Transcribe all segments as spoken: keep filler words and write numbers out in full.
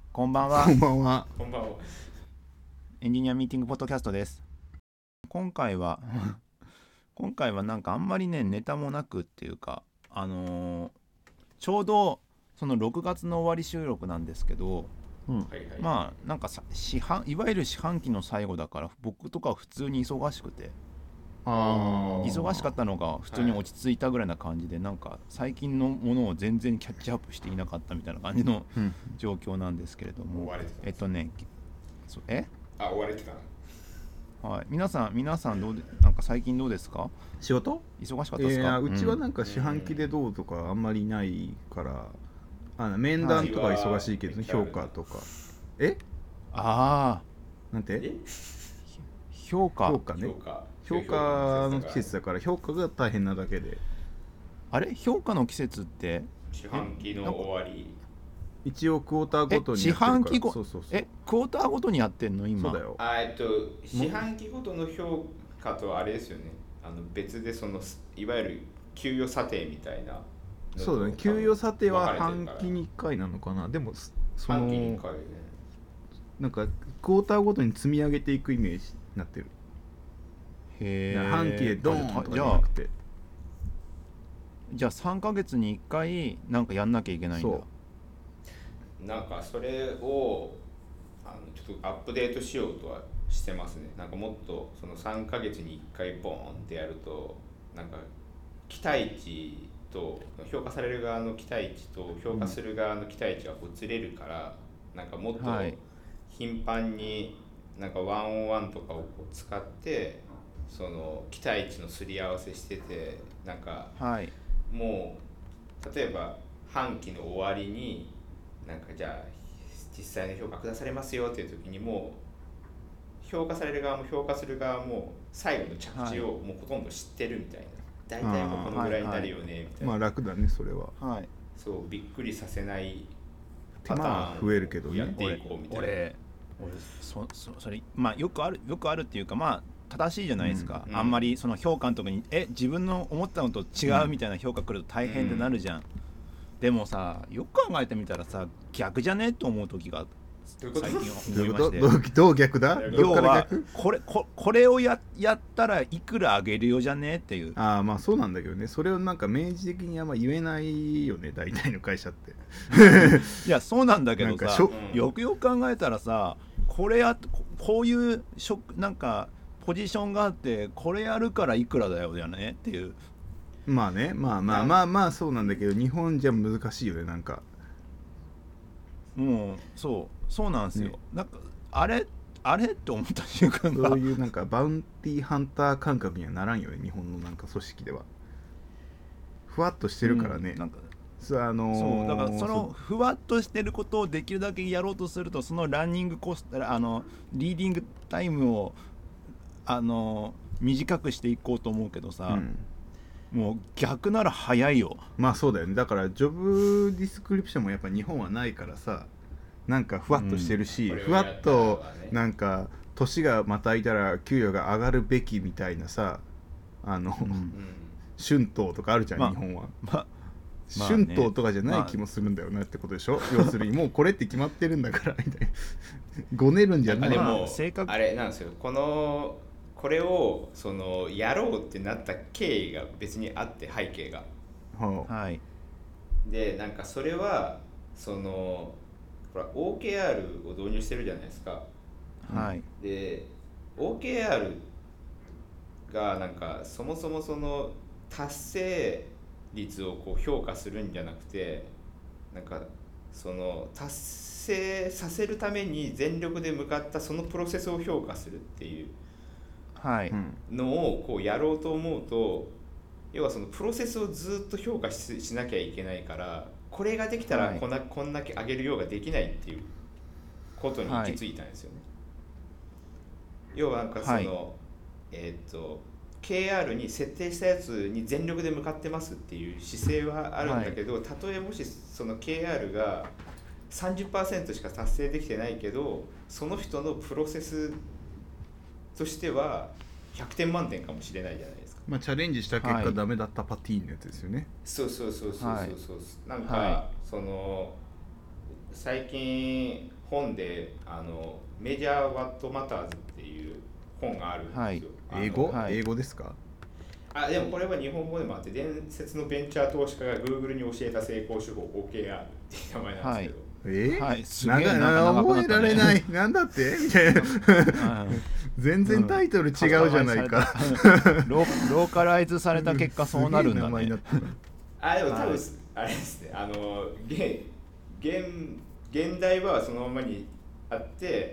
こんばんは。 こんばんは。 こんばんは。 エンジニアミーティングポッドキャストです。今回は今回はなんかあんまりねネタもなくっていうか、あのー、ちょうどそのろくがつの終わり収録なんですけど、 うん、 はいはい、 まあなんかさ四半いわゆる四半期の最後だから僕とかは普通に忙しくて、 あ忙しかったのが普通に落ち着いたぐらいな感じで、はい、なんか最近のものを全然キャッチアップしていなかったみたいな感じの状況なんですけれども、 追われてたえっとねそえあ追われてたはい、皆さん皆さんどうでなんか最近どうですか？ 仕事忙しかったですか？ いやうちはなんか四半期でどうとかあんまりないから、あの面談とか忙しいけど、ね、評価とかえああなんてえ評価評価ね評価評価の季節だから評価が大変なだけで、 あれ評価の季節って四半期の終わり一応クォーターごとにやってるから、 四半期ごそうそうそうえクォーターごとにやってんの今？ そうだよ。 あえっと四半期ごとの評価とあれですよね、あの別でそのいわゆる給与査定みたいな。 そうだね、給与査定は半期にいっかいなのかな。でもその半期にいっかいね、 なんかクォーターごとに積み上げていくイメージになってる。 へえ。 半期でドーンとかじゃなくて、 じゃあさんかげつにいっかいなんかやんなきゃいけないんだ。 そうなんかそれをあのちょっとアップデートしようとはしてますね。なんかもっとそのさんかげつにいっかいボーンってやるとなんか期待値と評価される側の期待値と評価する側の期待値がこうずれるから、うん、なんかもっと頻繁になんかワンオンワンとかをこう使ってその期待値のすり合わせしてて、なんかもう例えば半期の終わりになんかじゃあ実際の評価下されますよっていう時にもう評価される側も評価する側も最後の着地をもうほとんど知ってるみたいな、大体もうこのぐらいになるよねみたいな。 まあ楽だねそれは。 はい。 そうびっくりさせない手間は増えるけどね。 やっていこうみたいな。 俺俺そそそれまあよくあるよくあるっていうかまあ正しいじゃないですか、うん、あんまりその評価のとこにえ自分の思ったのと違うみたいな評価来ると大変ってなるじゃん、うん、でもさよく考えてみたらさ逆じゃねと思う時が最近思いまして。 どうどう逆だ？ 要はこれここれを や, やったらいくらあげるよじゃねっていう。 ああまあそうなんだけどね、それをなんか明示的にあんま言えないよね大体の会社っていやそうなんだけどさ、よくよく考えたらさこれやこういう職なんかポジションがあってこれやるからいくらだよじゃねっていう。 まあねまあまあまあまあそうなんだけど日本じゃ難しいよね。なんかもうそうそうなんですよ、ね、なんかあれあれって思った瞬間がそういうなんかバウンティーハンター感覚にはならんよね日本のなんか組織では。ふわっとしてるからね、うん、なんかそうあのー、そうだからそのふわっとしてることをできるだけやろうとするとそのランニングコストあのリーディングタイムをあの短くしていこうと思うけどさ、うん、もう逆なら早いよ。 まあそうだよね。だからジョブディスクリプションもやっぱ日本はないからさ、なんかふわっとしてるし、うん、ふわっとなんか年がまたいたら給与が上がるべきみたいなさ、あの、うん、春闘とかあるじゃん、まあ、日本は、まあまあね、春闘とかじゃない気もするんだよなってことでしょ、まあ、要するにもうこれって決まってるんだからみたいなごねるんじゃない。 でもあれなんですよ、このこれをそのやろうってなった経緯が別にあって背景が、 はい、 でなんかそれはそのほら オーケーアール を導入してるじゃないですか、 はい、 で オーケーアール がなんかそもそもその達成率をこう評価するんじゃなくて、なんかその達成させるために全力で向かったそのプロセスを評価するっていうのをこうやろうと思うと、要はそのプロセスをずっと評価 し, しなきゃいけないから、これができたらこんな、はい、こんだけ上げるようができないっていうことに行き着いたんですよね、はい、要はなんかその、はい、えっ、ー、と ケーアール に設定したやつに全力で向かってますっていう姿勢はあるんだけど、はい、たとえもしその ケーアール が さんじゅっパーセント しか達成できてないけど、その人のプロセスとしてはひゃくてん満点かもしれないじゃないですか。 まあ、チャレンジした結果、はい、ダメだったパティーンのやつですよね。 そうそうそうそうそうそう、はい、なんか、はい、その最近本であのメジャー・ワット・マターズっていう本があるんですよ、 はい、 英語、 はい、 英語ですか？ あでもこれは日本語でもあって、伝説のベンチャー投資家が Google に教えた成功手法 オーケーアール っていう名前なんですけど、はいえーはい、すげえ長い長くなったね覚えられないなんだってみたいな全然タイトル違うじゃないか、 うん、ロ, ローカライズされた結果そうなるんだね。 あでも多分、はい、あれですね、あの 現, 現, 現代はそのままにあって、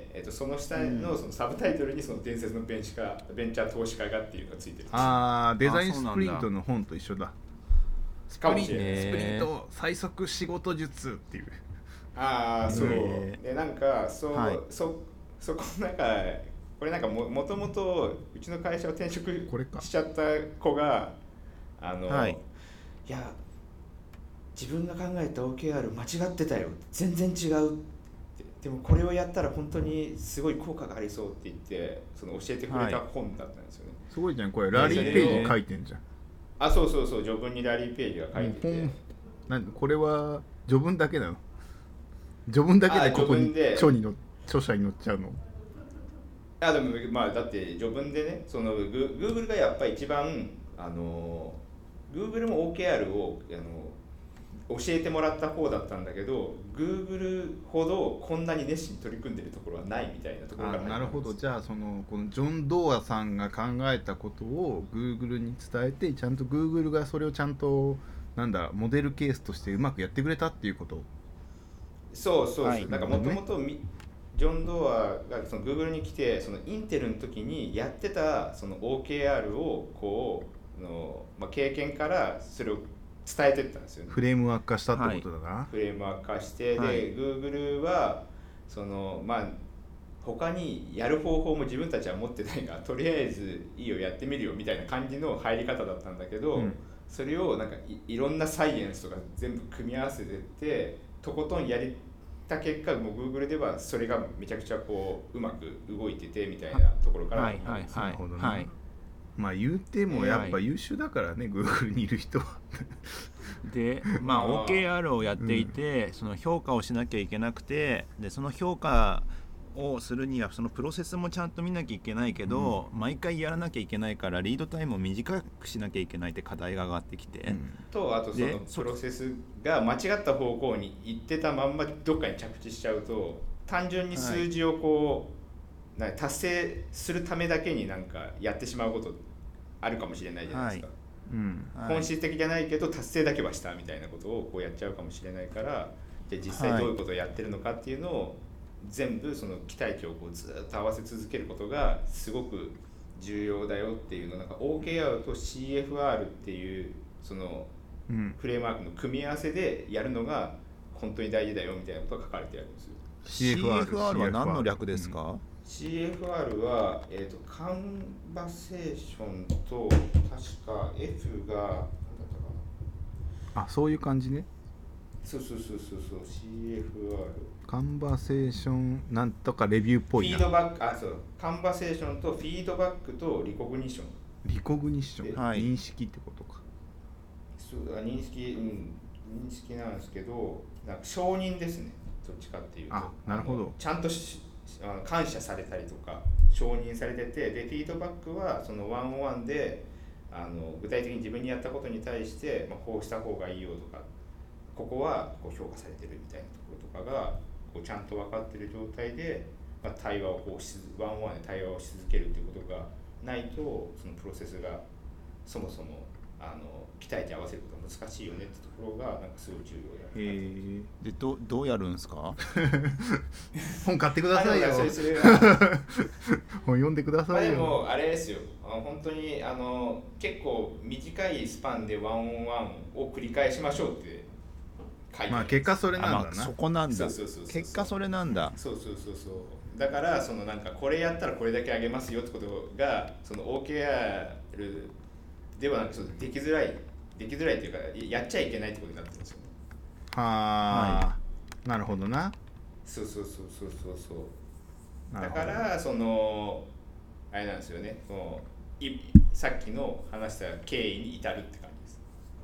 えっと、その下 の, そのサブタイトルにその伝説のベンチャーベンチャー投資家がっていうのがついてる。 ああデザインスプリントの本と一緒だ。スプリント、スプリント最速仕事術っていう。 ああそうでなんかそう、はい、そそこなんかこれなんか も, もともとうちの会社を転職しちゃった子があの、はい、いや自分が考えた オーケーアール 間違ってたよ全然違うってでもこれをやったら本当にすごい効果がありそうって言ってその教えてくれた本だったんですよね、 はい、すごいじゃんこれラリーページ書いてんじゃん。 あそうそうそう序文にラリーページが書いてて、 なんこれは序文だけなの？序文だけでここに著にの著者に載っちゃうの？ あでもまあだって序文でねその Google がやっぱり一番あの Google も オーケーアール をあの教えてもらった方だったんだけど Google ほどこんなに熱心に取り組んでるところはないみたいなところがなるほど。じゃあそのこのジョン・ドーアさんが考えたことを Google に伝えてちゃんと Google がそれをちゃんとなんだモデルケースとしてうまくやってくれたっていうこと。 そうそうそう、はい、なんかもともとジョン・ドアがその Google に来てそのインテルの時にやってたその オーケーアール をこうの、まあ、経験からそれを伝えていったんですよね。 フレームワーク化したってことだな、はい、 フレームワーク化して、はい、で Google はそのまあ他にやる方法も自分たちは持ってないがとりあえずいいよやってみるよみたいな感じの入り方だったんだけど、うん、それをなんか い, いろんなサイエンスとか全部組み合わせてってとことんやりた結果もう Google ではそれがめちゃくちゃこううまく動いててみたいなところからはいはいはい、はい、 まあ言うてもやっぱ優秀だからね、はい、Google にいる人はでまあ オーケーアール をやっていて、うん、その評価をしなきゃいけなくてでその評価をするにはそのプロセスもちゃんと見なきゃいけないけど、うん、毎回やらなきゃいけないからリードタイムを短くしなきゃいけないって課題が上がってきて、うん、 とあとそのプロセスが間違った方向に行ってたまんまどっかに着地しちゃうと単純に数字をこう、はい、達成するためだけになんかやってしまうことあるかもしれないじゃないですか、はいうん、本質的じゃないけど達成だけはしたみたいなことをこうやっちゃうかもしれないからで実際どういうことをやってるのかっていうのを全部その期待値をこうずっと合わせ続けることがすごく重要だよっていうのなんか オーケーアール と シーエフアール っていうそのフレームワークの組み合わせでやるのが本当に大事だよみたいなことが書かれてあるんですよ。 シーエフアール は何の略ですか？うん、 シーエフアール は、えーと、カンバセーションと確か F が何だったかなあそういう感じね。 そうそうそうそうそう シーエフアールカンバセーションなんとかレビューっぽいな。 フィードバックあそうカンバセーションとフィードバックとリコグニションリコグニション、はい、認識ってことか。 そう認識、うん、認識なんですけどなんか承認ですねどっちかっていうと。 あなるほど。 ちゃんとしあの感謝されたりとか承認されててでフィードバックはそのワンオンワンであの具体的に自分にやったことに対して、まあ、こうした方がいいよとかここはこう評価されてるみたいなところとかがこうちゃんと分かってる状態で、まあ、対話をこうしワンオンワンで対話をし続けるっていうことがないとそのプロセスがそもそもあの期待値合わせることが難しいよねってところがなんかすごい重要だな。 へで ど, どうやるんですか？ 本買ってくださいよ。本読んでくださいよ。 でもあれですよあの本当にあの結構短いスパンでワンオンワンを繰り返しましょうって書いてある。 まあ結果それなんだな。 まあ、そこなんだ。そうそうそうそう結果それなんだ。 そうそうそうそうだからそのなんかこれやったらこれだけあげますよってことがその オーケーアール ではなくできづらいできづらいっていうかやっちゃいけないってことになってるんですよね。 はあ、はい、なるほどな。 そうそうそうそうそうそうだからそのあれなんですよねもういさっきの話した経緯に至るって感じです。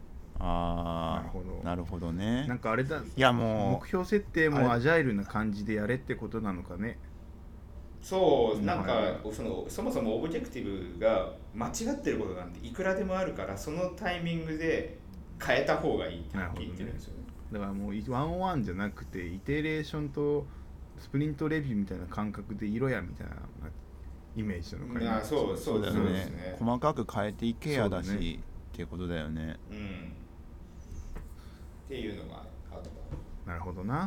あなるほどなるほどね。 なんかあれだ、 いやも目標設定あれもアジャイルな感じでやれってことなのかね。 そうなんかはそのそもそもオブジェクティブが間違ってることなんていくらでもあるから、そのタイミングで変えた方がいいってはっきり言ってるんですよね。 だからもうワンオンワンじゃなくてイテレーションとスプリントレビューみたいな感覚で色やみたいなイメージなのかいやな。 そうそうだよねそうですね。 細かく変えていけやだしそうだねっていうことだよね。 うんっていうのがあった。 なるほどな。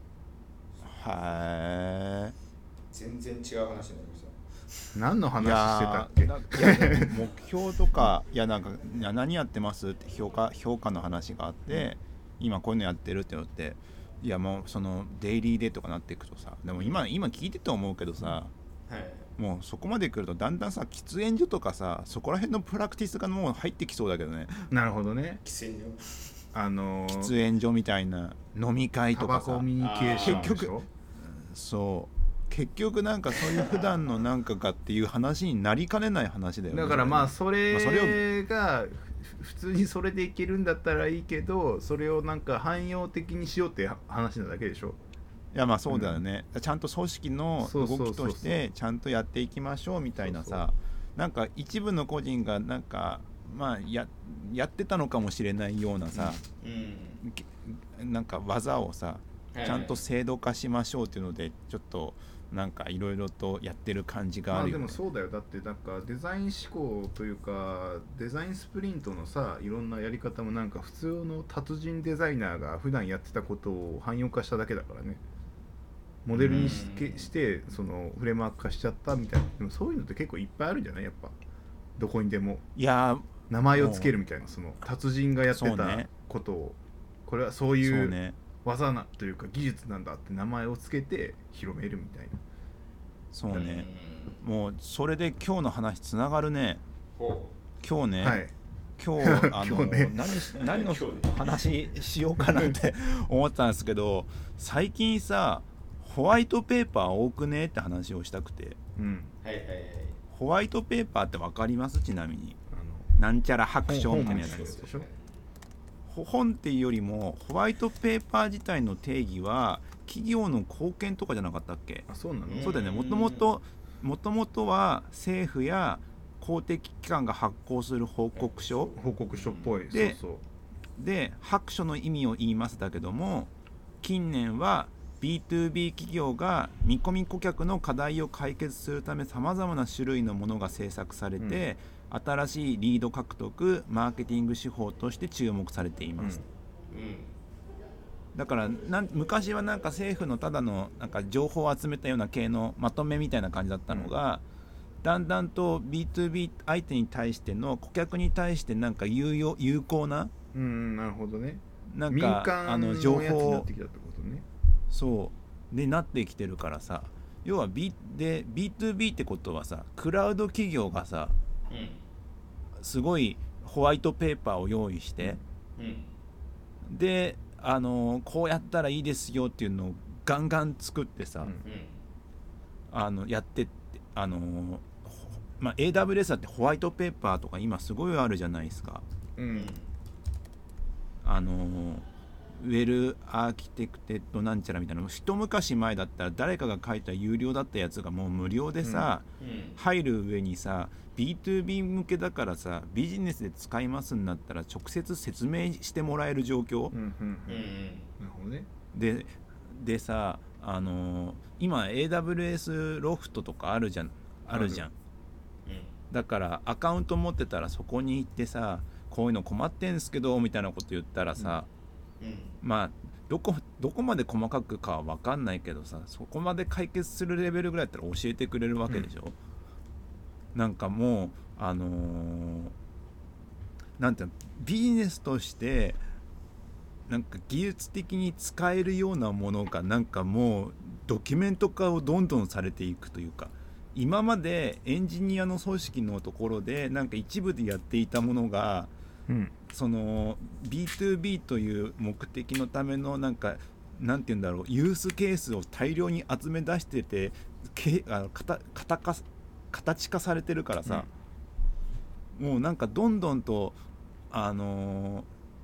は全然違う話になりました。 何のーい話してたっけ。 やーないや目標とかいやなんかいや何やってますって評価評価の話があって、今こういうのやってるってのっていやもうそのデイリーでとかなっていくとさ、でも今今聞いてて思うけどさ、 はいもうそこまで来るとだんだんさ喫煙所とかさそこら辺のプラクティスがもう入ってきそうだけどね。 なるほどね。 喫煙所あのー、 喫煙所みたいな飲み会タとかさバコミュニケーションでし結ょ。 そう結局なんかそういう普段のなんかかっていう話になりかねない話だよね。 だからまあそれまあそれがふ普通にそれでいけるんだったらいいけど、それをなんか汎用的にしようって話なだけでしょ。 いやまあそうだよね、ちゃんと組織の動そうそうそうそうきとしてちゃんとやっていきましょうみたいなそうさ、なんか一部の個人がなんかまあややってたのかもしれないようなさ、 うんけなんか技をさちゃんと制度化しましょうっていうのでちょっとなんかいろいろとやってる感じがまああるよね。 でもそうだよ。だってなんかデザイン思考というかデザインスプリントのさいろんなやり方もなんか普通の達人デザイナーが普段やってたことを汎用化しただけだからね。モデルにしうんしてそのフレームワーク化しちゃったみたいな。でもそういうのって結構いっぱいあるんじゃないやっぱどこにでもいや名前をつけるみたいな、その達人がやってたそうねことをこれはそうそういうね技なというか技術なんだって名前をつけて広めるみたいな。 そうね、もうそれで今日の話つながるね。 ほ今日ね、 はい。 今日あの今日ね何何の今日ね話しようかなって思ったんですけど、最近さホワイトペーパー多くねって話をしたくて。 うん。 うはいはいはい。 ホワイトペーパーって分かります？ちなみにあのなんちゃら白書みたいなやつです。 本でしょ。 ほ本っていうよりもホワイトペーパー自体の定義は企業の貢献とかじゃなかったっけ？ あ、そうなの？ うんそうだよね。もともともともとは政府や公的機関が発行する報告書報告書っぽい。 でそうで白書の意味を言いますだけども、近年は ビーツービー 企業が見込み顧客の課題を解決するためさまざまな種類のものが制作されて、うん、新しいリード獲得マーケティング手法として注目されています、 うんうんだからなん昔はなんか政府のただのなんか情報を集めたような系のまとめみたいな感じだったのが、うん、だんだんと ビーツービー 相手に対しての顧客に対してなんか有用有効な、 うん、なるほどね。 なん民かあの情間のやつになっ報てきたってことね。 そうでなってきてるからさ、要は B で ビーツービー ってことはさクラウド企業がさうんすごいホワイトペーパーを用意して、 うんであのこうやったらいいですよっていうのをガンガン作ってさ、 うんうんあのやってってあのまあ エーダブリューエス だってホワイトペーパーとか今すごいあるじゃないですか。 うんあのウェルアーキテクテッドなんちゃらみたいなの一昔前だったら誰かが書いた有料だったやつがもう無料でさ、 うん入る上にさ ビーツービー 向けだからさビジネスで使いますんだったら直接説明してもらえる状況、 うんうんうん。 うんなるほどね。 ででさあのー今 エーダブリューエス ロフトとかあるじゃんあるじゃん。 うんだからアカウント持ってたらそこに行ってさこういうの困ってんすけどみたいなこと言ったらさ、 うんまあどこどこまで細かくかは分かんないけどさそこまで解決するレベルぐらいだったら教えてくれるわけでしょ、うん、なんかもうあのー、なんていうのビジネスとしてなんか技術的に使えるようなものがなんかもうドキュメント化をどんどんされていくというか、今までエンジニアの組織のところでなんか一部でやっていたものがうんその ビーツービー という目的のためのなんかなんて言うんだろうユースケースを大量に集め出しててけあの型型化形化されてるからさ、うん、もうなんかどんどんとあのー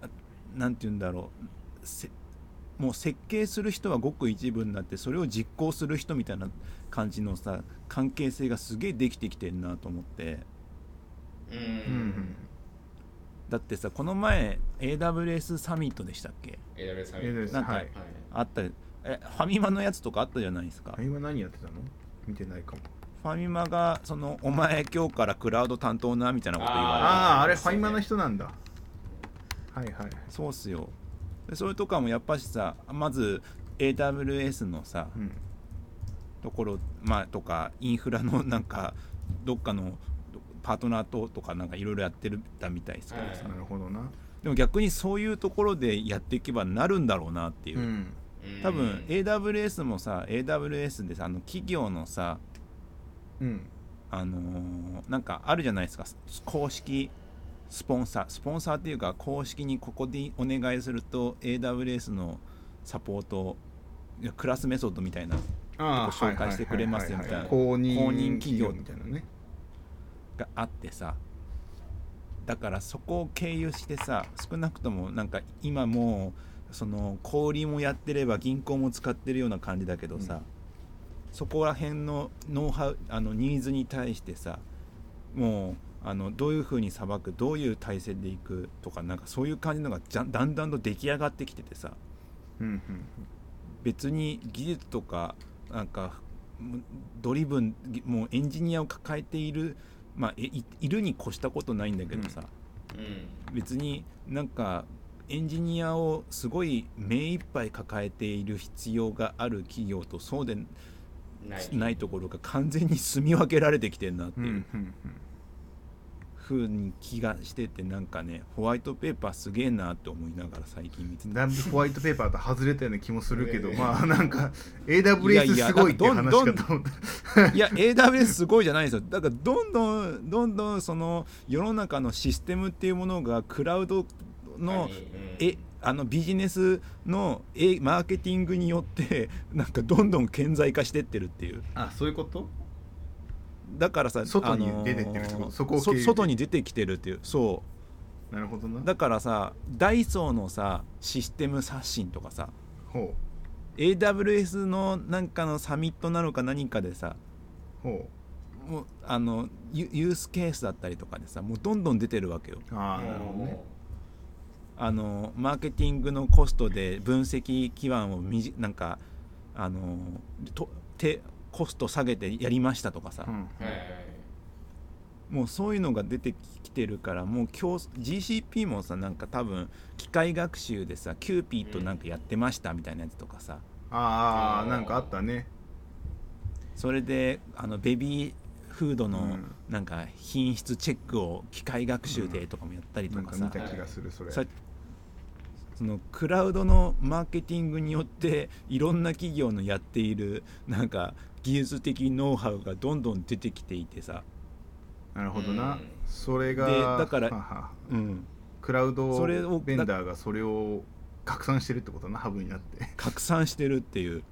なんて言うんだろうせもう設計する人はごく一部になってそれを実行する人みたいな感じのさ関係性がすげえできてきてんなと思って、 うん、 うんうんだってさこの前 エーダブリューエス サミットでしたっけエーダブリューエス サミエーダブリューエスットなんかはいあったえファミマのやつとかあったじゃないですか。 今何やってたの？見てないかも。 ファミマがそのお前今日からクラウド担当なみたいなこと言われて、 あああれファイマの人なんだ。はいはい。 そうっすよ。でそれとかもやっぱしさまず エーダブリューエス のさ、 うん、 ところまあとかインフラのなんかどっかのパートナーととかなんかいろいろやってるみたいですからさ、 なるほどな。 でも逆にそういうところでやっていけばなるんだろうなっていう、 うん、 多分 エーダブリューエス もさ エーダブリューエス でさあの企業のさうんあのー、なんかあるじゃないですか公式スポンサースポンサーっていうか公式にここでお願いすると エーダブリューエス のサポートクラスメソッドみたいなああ紹介してくれますよみたいな公認公認企業みたいなねがあってさだからそこを経由してさ少なくともなんか今もうその小売りもやってれば銀行も使ってるような感じだけどさ、うん、そこら辺のノウハウあのニーズに対してさもうあのどういう風にさばくどういう体制でいくとかなんかそういう感じのがじゃだんだんと出来上がってきててさ、 うんうんうん、 別に技術とかなんかドリブンもうエンジニアを抱えているまあ い, いるに越したことないんだけどさ、 うんうん、 別になんかエンジニアをすごい目いっぱい抱えている必要がある企業とそうで な, いないところが完全に住み分けられてきてるなっていう、うんうんうん風に気がしててなんかねホワイトペーパーすげえなって思いながら最近見てた。 だいぶホワイトペーパーと外れたような気もするけどまあなんか エーダブリューエス すごいって話かと思ったいや エーダブリューエス すごいじゃないですよ。だからどんどんどんどんその世の中のシステムっていうものがクラウドのえあのビジネスのえマーケティングによってなんかどんどん顕在化してってるっていう。 あそういうことだからさ外に出てってるってこと、あのー、そこを外に出てきてるっていうそうなるほどな。 だからさダイソーのさシステム刷新とかさほうエーダブリューエス のなんかのサミットなのか何かでさほうもうあの ユ, ユースケースだったりとかでさもうどんどん出てるわけよ。 ああなるほどね。 あのマーケティングのコストで分析基盤をみじなんかあのとてコスト下げてやりましたとかさ、うん、もうそういうのが出てきてるからもう今日 ジーシーピー もさなんか多分機械学習でさキューピーとなんかやってましたみたいなやつとかさ、 うん、ああなんかあったね。 それであのベビーフードのなんか品質チェックを機械学習でとかもやったりとかさ、うん、 なんか見た気がするそれ。 そのクラウドのマーケティングによっていろんな企業のやっているなんか技術的ノウハウがどんどん出てきていてさ。 なるほどな、うん、それがでだからはは、 うん、 クラウドベンダーがそれを拡散してるってことなハブになって拡散してるっていう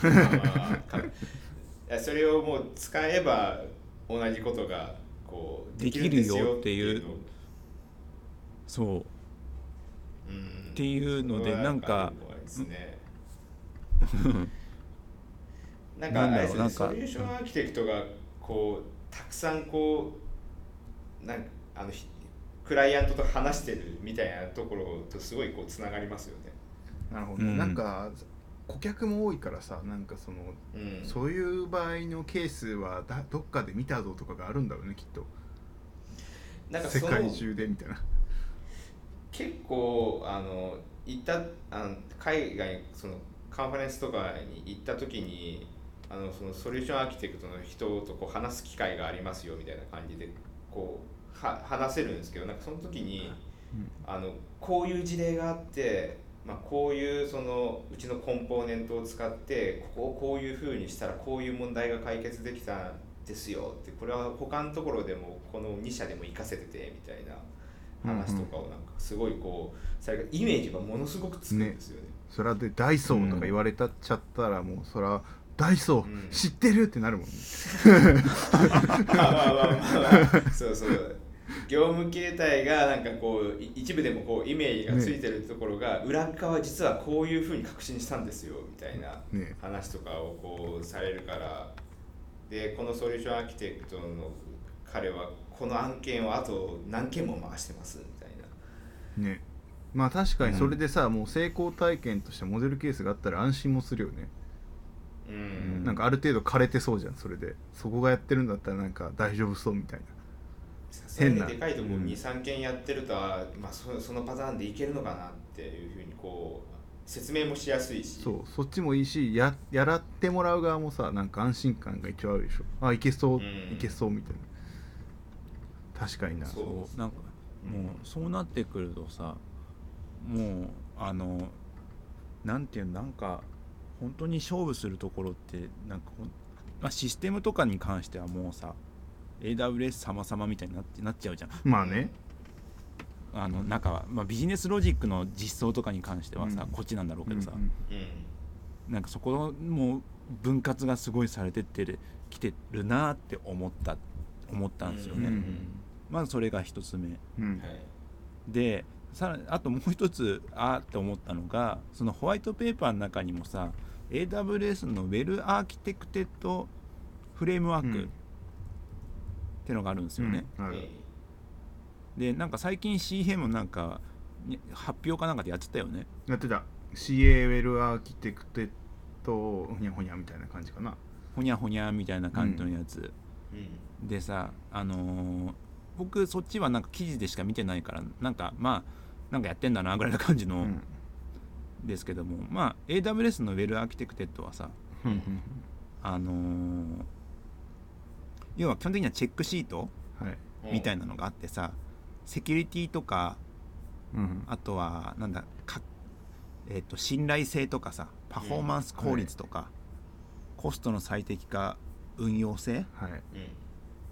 それをもう使えば同じことがこうできるんですよっていうそう、うん、っていうのでなんかなんかあれですね、ソリューションアーキテクトがこうたくさんこうなんかあのクライアントと話してるみたいなところとすごいこうつながりますよね。 なるほど、うん、なんか顧客も多いからさなんかその、うん、そういう場合のケースはだどっかで見たぞとかがあるんだろうねきっと。なんか世界中でみたいな。 結構あの行ったあの海外そのカンファレンスとかに行った時にあのそのソリューションアーキテクトの人とこう話す機会がありますよみたいな感じでこうは話せるんですけどなんかその時に、うん、あのこういう事例があって、まあ、こういうそのうちのコンポーネントを使ってここをこういう風にしたらこういう問題が解決できたんですよってこれは他のところでもこのに社でも活かせててみたいな話とかをなんかすごいこうそれがイメージがものすごくつくんですよね。ねそれでダイソーとか言われたっちゃったらもうそれはダイソー、うん、知ってるってなるもんね。 まあまあまあまあそうそう業務形態がなんかこうい一部でもこうイメージがついてるところが、裏側実はこういうふうに確信したんですよみたいなね話とかをこうされるから、でこのソリューションアーキテクトの彼はこの案件をあと何件も回してますみたいなね。まあ確かにそれでさ、もう成功体験としてモデルケースがあったら安心もするよね。 うん、 なんかある程度枯れてそうじゃん。それでそこがやってるんだったらなんか大丈夫そうみたいな。 さすがにでかいところに、さんけんやってるとは、まあ、そ, そのパターンでいけるのかなっていうふうにこう説明もしやすいし、 そうそっちもいいし、ややらってもらう側もさ、なんか安心感が一応あるでしょ。あ、いけそう、 うん、 いけそうみたいな。確かにな。 そうなんかもうそうなってくるとさ、もうあのなんていうなんか本当に勝負するところってなんか、まあ、システムとかに関してはもうさ エーダブリューエス 様々みたいになってなっちゃうじゃん。 まあね。 あのなんか、まあ、ビジネスロジックの実装とかに関してはさ、うん、こっちなんだろうけどさ、 うんうん、 なんかそこのもう分割がすごいされてってきてるなって思った思ったんですよね、うんうん、まずそれが一つ目、うん、でさらにあともう一つあーって思ったのが、そのホワイトペーパーの中にもさ エーダブリューエス のウェルアーキテクテッドフレームワークってのがあるんですよね、 うんうん、 でなんか最近 シーエー もなんか発表かなんかでやってたよね。 やってた シーエー ウェルアーキテクテッドほにゃほにゃみたいな感じかな。 ほにゃほにゃみたいな感じのやつ、うん、でさ、あのー、僕そっちはなんか記事でしか見てないからなんかまあなんかやってんだなぐらいな感じの、うん、ですけども、まあ エーダブリューエス のウェルアーキテクテッドはさあのー、要は基本的にはチェックシートみたいなのがあってさ、セキュリティとか、うん、あとはなんだか、えーと、信頼性とかさ、パフォーマンス効率とか、うんはい、コストの最適化運用性、はい、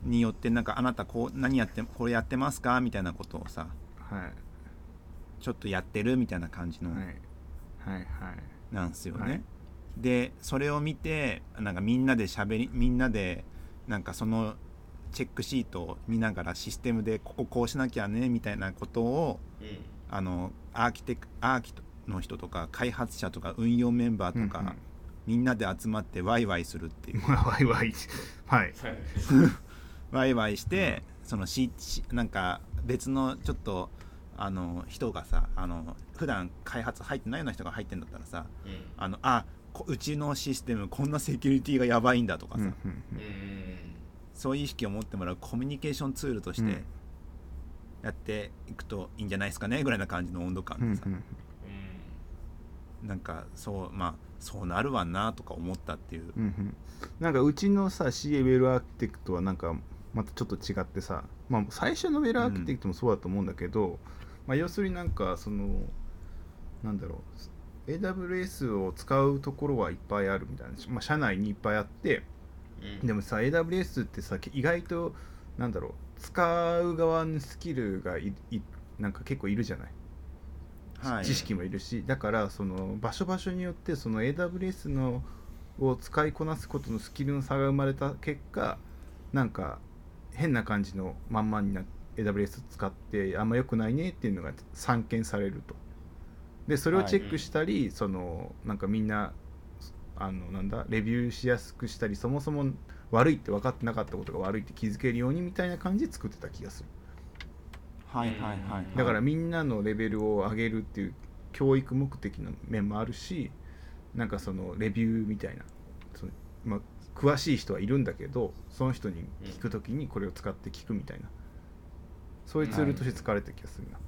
によってなんかあなたこう何やってこれやってますかみたいなことをさ、はい、ちょっとやってるみたいな感じの、はいはいはい、なんですよね、はい、でそれを見てなんかみんなで喋りみんなでなんかそのチェックシートを見ながらシステムでこここうしなきゃねみたいなことを、うん、あのアーキテクアーキの人とか開発者とか運用メンバーとか、うんうん、みんなで集まってワイワイするっていうワイワイはいワイワイして、うん、そのしなんか別のちょっとあの人がさあの普段開発入ってないような人が入ってんだったらさ、うん、あのあうちのシステムこんなセキュリティがやばいんだとかさ、うんうんうん、そういう意識を持ってもらうコミュニケーションツールとしてやっていくといいんじゃないですかねぐらいな感じの温度感でさ、うんうん、なんかそうまあそうなるわなとか思ったっていう、うんうん、 なんかうちのさ シーエー ウェルアーキテクトはなんかまたちょっと違ってさ、まあ、最初のウェルアーキテクトもそうだと思うんだけど、うんまあ、要するになんかそのなんだろう エーダブリューエス を使うところはいっぱいあるみたいな、まあ、社内にいっぱいあって、うん、でもさ エーダブリューエス ってさ意外となんだろう使う側のスキルがいいなんか結構いるじゃない、はい、知識もいるし、だからその場所場所によってその エーダブリューエス のを使いこなすことのスキルの差が生まれた結果なんか変な感じのまんまになってエーダブリューエス 使ってあんま良くないねっていうのが散見されると。でそれをチェックしたり、はい、そのなんかみんなあのなんだレビューしやすくしたり、そもそも悪いって分かってなかったことが悪いって気づけるようにみたいな感じで作ってた気がする。 はいはいはい、はい、 だからみんなのレベルを上げるっていう教育目的の面もあるし、なんかそのレビューみたいなその、まあ、詳しい人はいるんだけどその人に聞くときにこれを使って聞くみたいな、そういうツールとして使われてる気がするな、はい、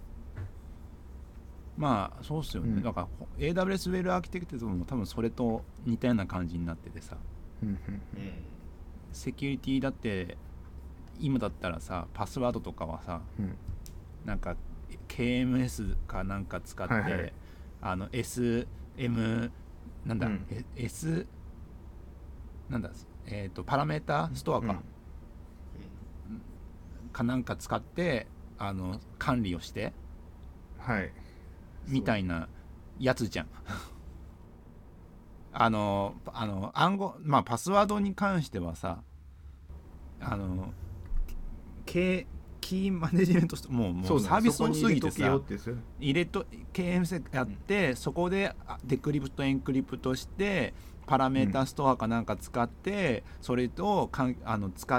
まあそうっすよね、うん、だから エーダブリューエス ウェルアーキテクトも多分それと似たような感じになっててさ、うんうんうん、セキュリティだって今だったらさパスワードとかはさ、うん、なんか ケーエムエス かなんか使って、はいはい、あの エスエム なんだ、うん、S なんだえっ、ー、とパラメータストアか、うんかなんか使ってあの管理をして、 はい、 みたいなやつじゃんあのあの暗号まあパスワードに関してはさあの K キーマネジメントもうもそううサービス多すぎてそこに入れとけよさってそれ入れと ケーエムエス やって、うん、そこでデクリプトエンクリプトしてパラメータストアかなんか使って、うん、それとかんあの使って、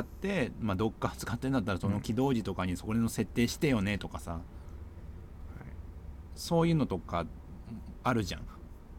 まあ、どっか使ってんだったらその起動時とかにそこの設定してよねとかさ、うん、そういうのとかあるじゃん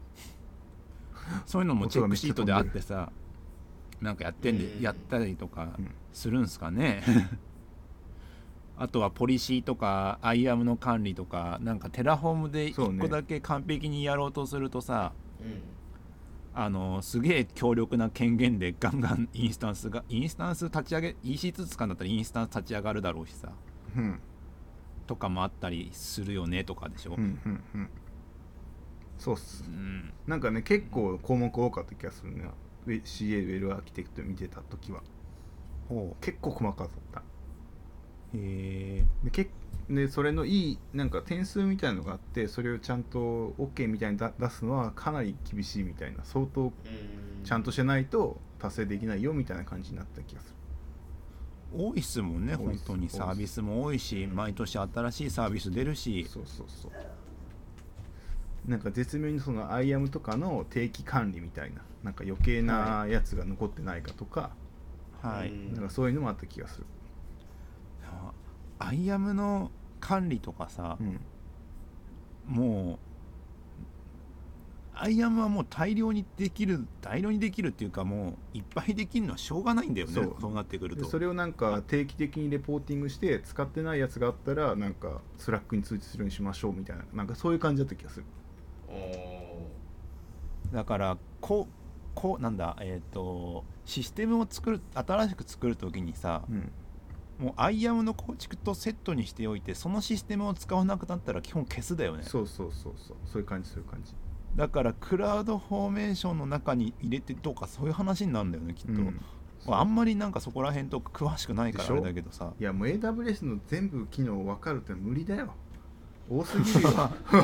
そういうのもチェックシートであってさなんかやってんでやったりとかするんすかねあとはポリシーとかアイアムの管理とかなんかテラフォームでいっこだけ完璧にやろうとするとさ、ね、あのすげえ強力な権限でガンガンインスタンスがインスタンス立ち上げ イーシーツー 使うんだったらインスタンス立ち上がるだろうしさ、うん、とかもあったりするよねとかでしょ、うんうんうん、 そうっす、うん、なんかね結構項目多かった気がするね シーエー ウェルアーキテクト見てた時はほう結構細かかったへでけでそれのいいなんか点数みたいなのがあってそれをちゃんと OK みたいに出すのはかなり厳しいみたいな相当ちゃんとしてないと達成できないよみたいな感じになった気がする多いっすもんね本当にサービスも多いし毎年新しいサービス出るしそうそうそうなんか絶妙にその アイアム とかの定期管理みたいななんか余計なやつが残ってないかとか、はい、なんかそういうのもあった気がするアイアム の管理とかさ、うん、もうアイアム はもう大量にできる大量にできるっていうかもういっぱいできるのはしょうがないんだよね そ, そうなってくるとそ, それをなんか定期的にレポーティングして使ってないやつがあったらなんかスラックに通知するようにしましょうみたいななんかそういう感じだった気がするだからこうこうなんだえっ、ー、とシステムを作る新しく作るときにさ、うんもう アイアム の構築とセットにしておいてそのシステムを使わなくなったら基本消すだよねそうそうそうそうそういう感じそういう感じだからクラウドフォーメーションの中に入れてどうかそういう話になるんだよねきっと、うんあんまりなんかそこら辺とか詳しくないからあれだけどさいやもう エーダブリューエス の全部機能分かるって無理だよ多すぎるよ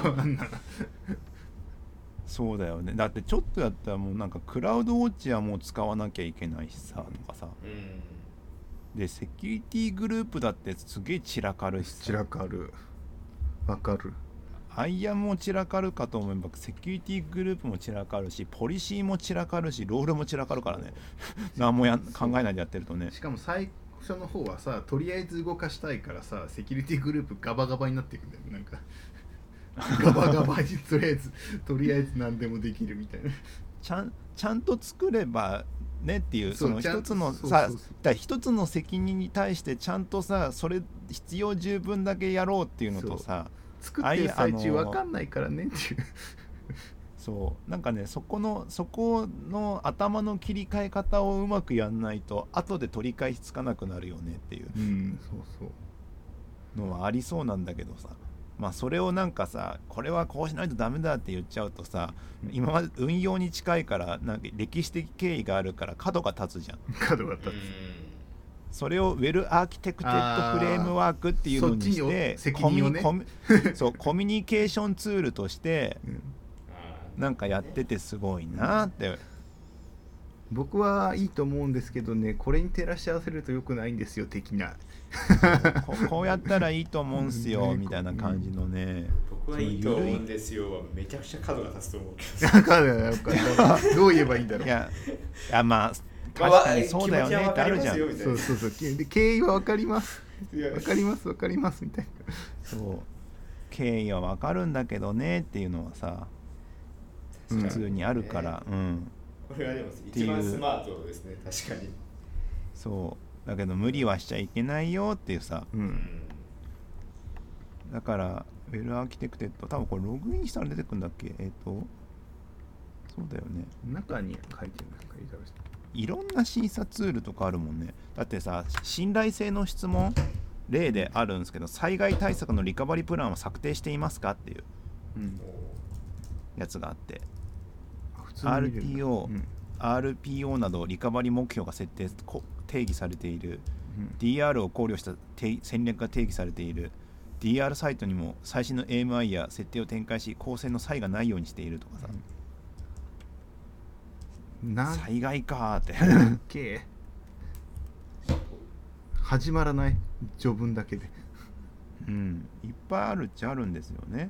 そうだよねだってちょっとやったらもうなんかクラウドウォッチはもう使わなきゃいけないしさとかさ、うんでセキュリティグループだってすげえ散らかるし散らかるわかるアイアムも散らかるかと思えばセキュリティグループも散らかるしポリシーも散らかるしロールも散らかるからね何もや考えないでやってるとねしかも最初の方はさとりあえず動かしたいからさセキュリティグループガバガバになっていくんだよなんかガバガバにとりあえずとりあえず何でもできるみたいなちゃんちゃんと作ればねっていうその一つのさだ一つの責任に対してちゃんとさそれ必要十分だけやろうっていうのとさ作ってる最中分かんないからねっていうそうなんかねそこのそこの頭の切り替え方をうまくやんないと後で取り返しつかなくなるよねっていうのはありそうなんだけどさまあそれをなんかさこれはこうしないとダメだって言っちゃうとさ今まで運用に近いからなんか歴史的経緯があるから角が立つじゃん角が立つそれをウェルアーキテクテッドフレームワークっていうのにしてコミュニ、 コミそうコミュニケーションツールとしてなんかやっててすごいなって僕はいいと思うんですけどねこれに照らし合わせると良くないんですよ的なこ, こうやったらいいと思うんすよみたいな感じのね僕はいいと思うんですよはめちゃくちゃ角が立つと思うけどどう言えばいいんだろういやいやまあ確かにそうだよねってあるじゃんそうそうそうで経緯は分かります分かります分かりますみたいなそう経緯は分かるんだけどねっていうのはさ普通にあるから、うん、 これはでも一番スマートですね確かにそうだけど無理はしちゃいけないよっていうさ、うん、だからウェルアーキテクテッド多分これログインしたら出てくるんだっけえっ、ー、とそうだよね中に書いてるんですかいろんな審査ツールとかあるもんねだってさ信頼性の質問例であるんですけど災害対策のリカバリプランを策定していますかっていうやつがあって、うん、アールティーオー、うん、アールピーオー などリカバリ目標が設定定義されている、うん、ディーアール を考慮した戦略が定義されている ディーアール サイトにも最新の エーエムアイ や設定を展開し公正の差異がないようにしているとかさ、うん、災害かーって始まらない序文だけで。 うんいっぱいあるっちゃあるんですよね。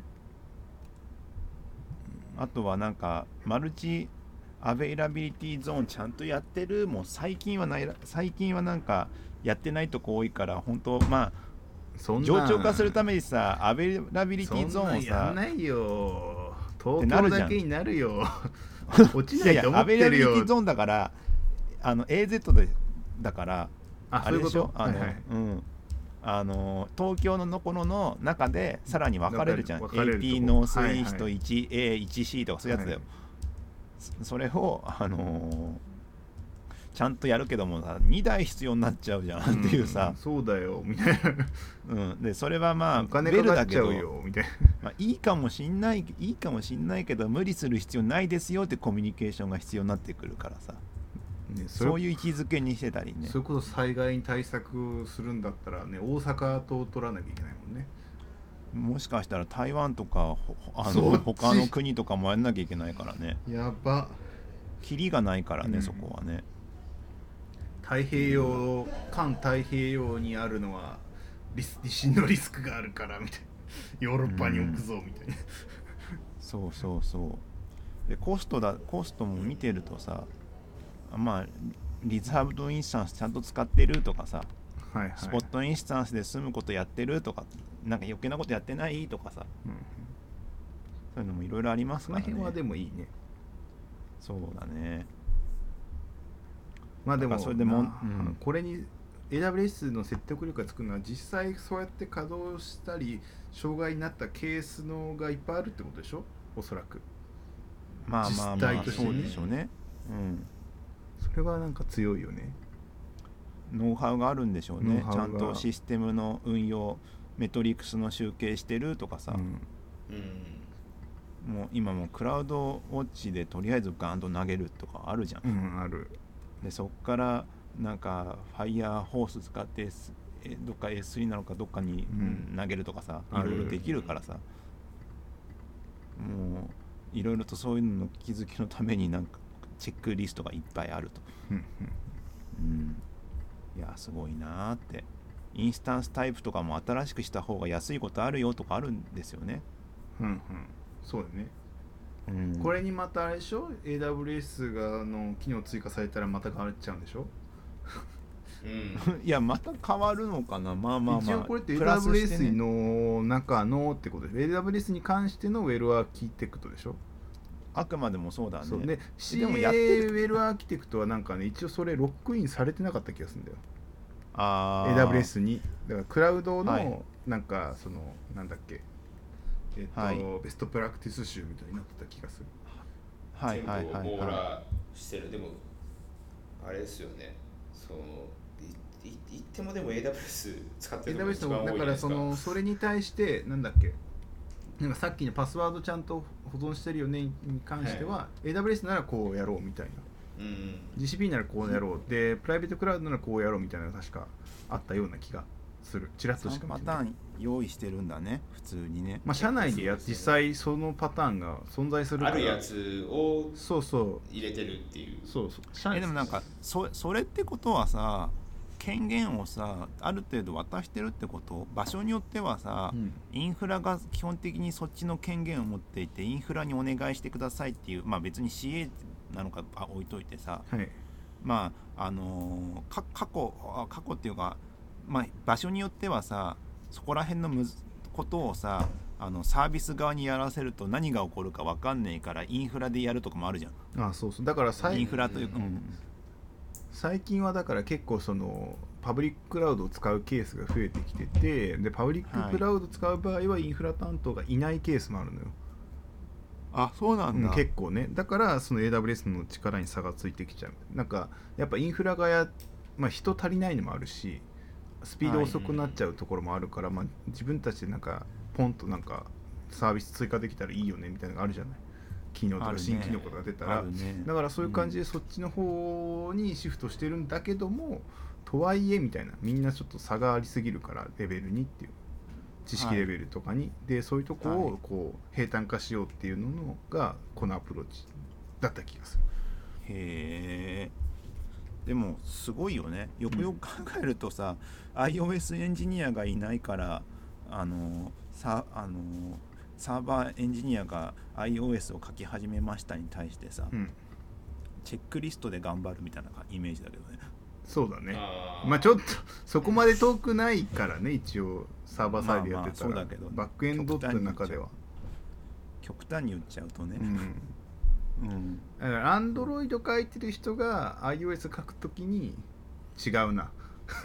あとはなんかマルチアベイラビリティゾーンちゃんとやってるもう最近はない最近はなんかやってないとこ多いから本当まあそんな冗長化するためにさアベイラビリティゾーンをそんなんやんさないよ。東なるじゃん京だけになるよ。落ちいやいないと思やアベイラってるよ。 ビリティゾーンだからあの エーゼット でだからあ、 あれでしょそういうこと。 あの、 はいはい。 うんあの東京ののこのの中でさらに分かれるじゃん。 分かれるとこエーティー ノースイーストはいはいワンエーワンシー とかそういうやつだよ。 はいそそれをあのーちゃんとやるけどもさにだい必要になっちゃうじゃんっていうさん、そうだよみたいな。 うん、でそれはまあお金ベかかっちゃルだけどうよみたいまあ、いいかもしんないいいかもしんないけど無理する必要ないですよってコミュニケーションが必要になってくるからさな、ね、それそういう位置づけにしてたりねそれこそ災害に対策するんだったらね、大阪と取らなきゃいけないもんね。 もしかしたら台湾とかほあそっちの他の国とかもやんなきゃいけないからねやば。 キリがないからね、 うんそこはね太平洋環太平洋にあるのはリス地震のリスクがあるからみたいな。ヨーロッパに置くぞみたいな。 そうそうそうでコストだコストも見てるとさまあリザーブドインスタンスちゃんと使ってるとかさはいはい。 スポットインスタンスで済むことやってるとかなんか余計なことやってないとかさうん、 そういうのもいろいろありますからねその辺はでもいいね。 そうだねまあでもだからそれでもなうんこれに エーダブリューエス の説得力がつくのは実際そうやって稼働したり障害になったケースのがいっぱいあるってことでしょ、おそらく。 まあまあ実まあ態としてねそうでしょうねうんそれはなんか強いよね。 ノウハウがあるんでしょうねノウハウがちゃんとシステムの運用メトリックスの集計してるとかさ、 うんうんもう今もうクラウドウォッチでとりあえずガンと投げるとかあるじゃん、 うん、ある。 でそっからなんかファイヤーホース使って S えどっか エススリー なのかどっかに、 うんうん投げるとかさあるいろいろできるからさもういろいろとそういうのの気づきのためになんかチェックリストがいっぱいあると、 うんうんうん、いやすごいなーってインスタンスタイプとかも新しくした方が安いことあるよとかあるんですよね、 うんうんそうだね。 うん、 これにまたあれでしょ エーダブリューエス があの機能追加されたらまた変わっちゃうんでしょ。 うんいやまた変わるのかなまあまあまあ一応これってプラスしてエーダブリューエスねの中のってことで エーダブリューエス に関してのウェルアーキテクトでしょ。 あくまでもそうだねそうででシーエーもやってるウェルアーキテクトはなんかね一応それロックインされてなかった気がするんだよ。 あーエーダブリューエス にだからクラウドはいのなんかそのなんだっけえっと、 はいベストプラクティス集みたいになってた気がする。 はいはいはい全部を網は羅してる。でもあれですよね、そのいい言ってもでも エーダブリューエス 使ってるのがエーダブリューエス一番多いのだからそじゃないですか。 のそれに対してなんだっけなんかさっきのパスワードちゃんと保存してるよねに関しては、 はエーダブリューエス ならこうやろうみたいな、 うんジーシーピー ならこうやろうでプライベートクラウドならこうやろうみたいなのが確かあったような気がする。ちらっとしさんパか見てない。 ターン用意してるんだね普通にねまあ社内でやそうですね実際そのパターンが存在するからあるやつをそうそう入れてるっていう。 そうそう社えでもなんかそそれってことはさ権限をさある程度渡してるってこと場所によってはさ、 うんインフラが基本的にそっちの権限を持っていてインフラにお願いしてくださいっていうまあ別に シーエー なのかあ置いといてさはいまああのーか過去あ過去っていうか、まあ、場所によってはさそこら辺のむずことをさあのサービス側にやらせると何が起こるか分かんねえからインフラでやるとかもあるじゃん。 あそうそうだから最インフラというか、 うんうん最近はだから結構そのパブリッククラウドを使うケースが増えてきててでパブリッククラウドを使う場合はインフラ担当がいないケースもあるのよ。 あそうなんだ、 うん、結構ねだからその エーダブリューエス の力に差がついてきちゃう。なんかやっぱインフラがや、まあ、人足りないのもあるしスピード遅くなっちゃうところもあるから、まあ、自分たちでなんかポンとなんかサービス追加できたらいいよねみたいなのがあるじゃない機能とあるねか新機能とかが出たら、 あるねだからそういう感じでそっちの方にシフトしてるんだけども、とはいえみたいなみんなちょっと差がありすぎるからレベルにっていう知識レベルとかに、でそういうとこをこう平坦化しようっていうのがこのアプローチだった気がする。 へえでもすごいよね。よくよく考えるとさ、うん、iOS エンジニアがいないからあのさあのサーバーエンジニアが iOS を書き始めましたに対してさ、うん、チェックリストで頑張るみたいなイメージだけどね。 そうだね。あまあちょっとそこまで遠くないからね一応サーバーサイドやってたら、まあまあそうだけど、バックエンドって中では極端に言っちゃうとね、 うんうん、だから Android 書いてる人が iOS 書くときに違うな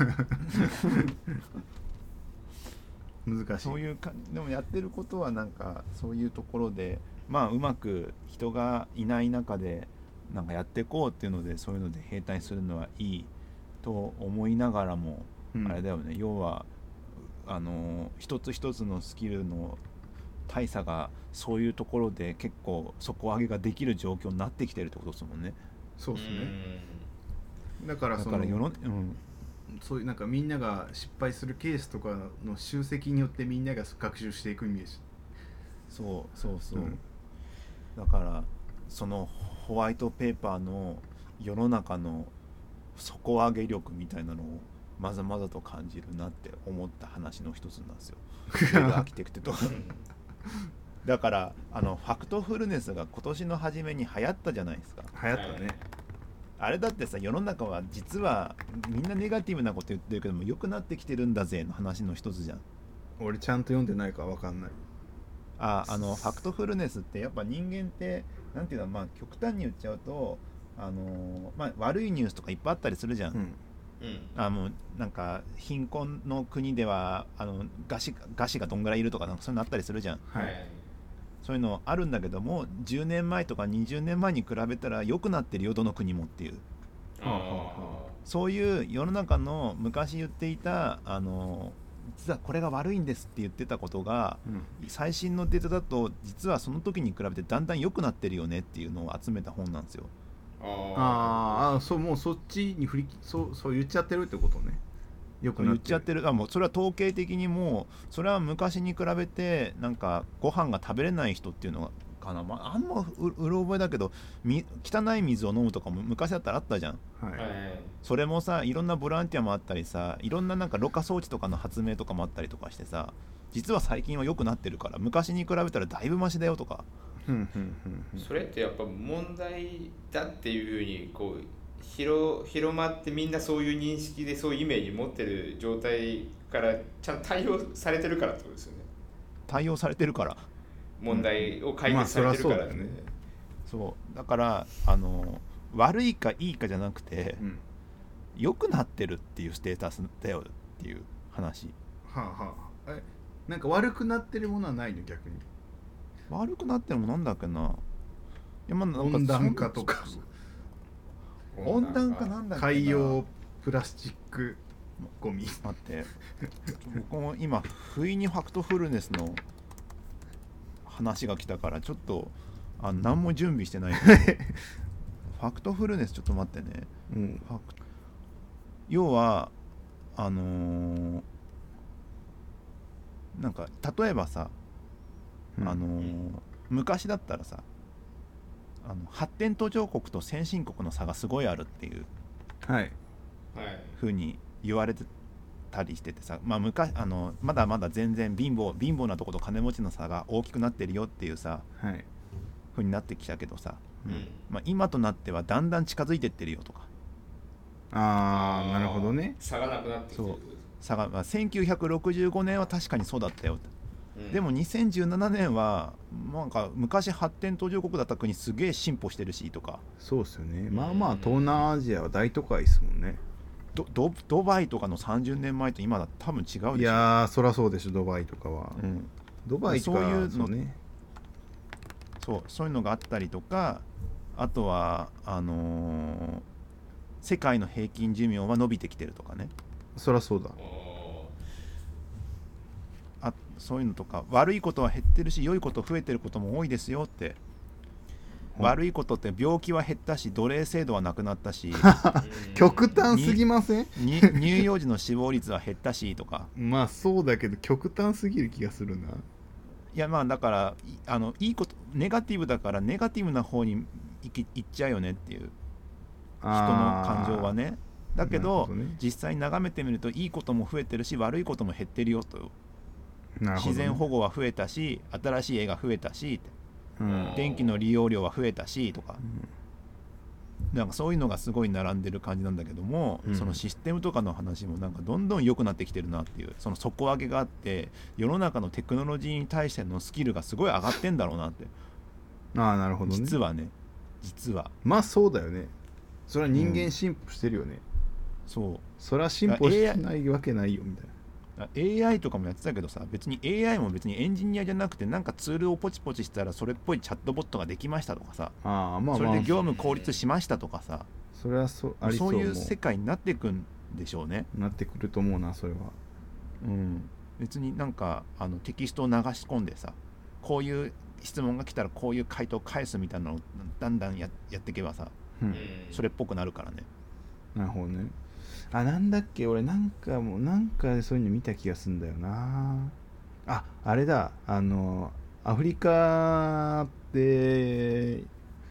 難しい。 そういうかでもやってることはなんかそういうところでまあうまく人がいない中でなんかやっていこうっていうのでそういうので兵隊するのはいいと思いながらも、うん、あれだよね、要はあの一つ一つのスキルの大差がそういうところで結構底上げができる状況になってきてるってことですもんね。 そうですね。だからその、だから世の、うん、そういうなんかみんなが失敗するケースとかの集積によってみんなが学習していくイメージ。 そうそうそう、うん、だからそのホワイトペーパーの世の中の底上げ力みたいなのをまざまざと感じるなって思った話の一つなんですよアーキテクトとだからあのファクトフルネスが今年の初めに流行ったじゃないですか。 流行ったね。 あれだってさ、世の中は実はみんなネガティブなこと言ってるけども良くなってきてるんだぜの話の一つじゃん。 俺ちゃんと読んでないから分かんない。 ああのファクトフルネスってやっぱ人間ってなんていうの、まあ極端に言っちゃうとあの、まあ、悪いニュースとかいっぱいあったりするじゃん、うんうん、あもうなんか貧困の国ではあの餓死、餓死がどんぐらいいるとかなんかそういうのあったりするじゃん、はい、そういうのあるんだけどもじゅうねんまえとかにじゅうねんまえに比べたら良くなってるよどの国もっていう、あそういう世の中の昔言っていたあの実はこれが悪いんですって言ってたことが、うん、最新のデータだと実はその時に比べてだんだん良くなってるよねっていうのを集めた本なんですよ。 ああ、そうもうそっちに振りそうそう言っちゃってるってことね。 よくなってる。言っちゃってる。あもうそれは統計的にもうそれは昔に比べてなんかご飯が食べれない人っていうのかな、まあ、あんまううろ覚えだけどみ汚い水を飲むとかも昔だったらあったじゃん、はい、それもさいろんなボランティアもあったりさいろんななんかろ過装置とかの発明とかもあったりとかしてさ実は最近は良くなってるから昔に比べたらだいぶマシだよとかそれってやっぱ問題だっていうふうにこう 広, 広まってみんなそういう認識でそういうイメージ持ってる状態からちゃんと対応されてるからってことですよね。 対応されてるから問題を解決されてるから、ねうんまあ、そりゃそうだよね。 そうだからあの悪いかいいかじゃなくて、うん、良くなってるっていうステータスだよっていう話。 はあはあ、えなんか悪くなってるものはないの逆に。 悪くなってるもんなんだっけな。いやまあなんか温暖化とか。 温暖化なんだっけな。 海洋プラスチックゴミ。 待って。僕も今不意にファクトフルネスの話が来たからちょっとあ何も準備してないファクトフルネスちょっと待ってね、うん、ファク要はあのー、なんか例えばさ、うん、あのー、昔だったらさあの発展途上国と先進国の差がすごいあるっていう風に言われてたりしててさ、まあ、昔あのまだまだ全然貧乏貧乏なとこと金持ちの差が大きくなってるよっていうさ、はい、風になってきたけどさ、うんまあ、今となってはだんだん近づいてってるよとか。 ああなるほどね。 差がなくなってきてる。 そう差が、まあ、せんきゅうひゃくろくじゅうごねんは確かにそうだったよ、うん、でもにせんじゅうななねんはなんか昔発展途上国だった国すげえ進歩してるしとか。 そうですよね。まあまあ東南アジアは大都会ですもんね。 ド, ド, ドバイとかのさんじゅうねんまえと今だ多分違うでしょ。 いやーそりゃそうでしょドバイとかは、うん、ドバイとかそういうのそうねそうそういうのがあったりとかあとはあのー、世界の平均寿命は伸びてきてるとかね。 そりゃそうだ。 あそういうのとか悪いことは減ってるし良いこと増えてることも多いですよって。悪いことって病気は減ったし奴隷制度はなくなったし極端すぎません乳幼児の死亡率は減ったしとかまあそうだけど極端すぎる気がするな。 いやまあだからあのいいことネガティブだからネガティブな方に行き行っちゃうよねっていう。 人の感情はね。だけど、 ね、 実際眺めてみるといいことも増えてるし悪いことも減ってるよと。 なるほどね、 自然保護は増えたし新しい絵が増えたし、 うん、 電気の利用量は増えたしとか、 うん、 なんかそういうのがすごい並んでる感じなんだけども、うん、そのシステムとかの話もなんかどんどん良くなってきてるなっていう、その底上げがあって世の中のテクノロジーに対してのスキルがすごい上がってんだろうなって。 ああなるほどね。 実はね実はまあそうだよね。それは人間進歩してるよね、 うん、そうそれは進歩しないわけないよみたいな。 エーアイ とかもやってたけどさ、別に エーアイ も別にエンジニアじゃなくてなんかツールをポチポチしたらそれっぽいチャットボットができましたとかさ、 あ、まあまあ、 それで業務効率しましたとかさ、 それはそありそう、 そういう世界になっていくんでしょうね。 なってくると思うなそれは。 うん、別になんかあのテキストを流し込んでさ、こういう質問が来たらこういう回答を返すみたいなのをだんだん や, やっていけばさ、うん、それっぽくなるからね。 なるほどね。あ、なんだっけ俺なんかもうなんかでそういうの見た気がするんだよな。あ、あれだ、あのアフリカで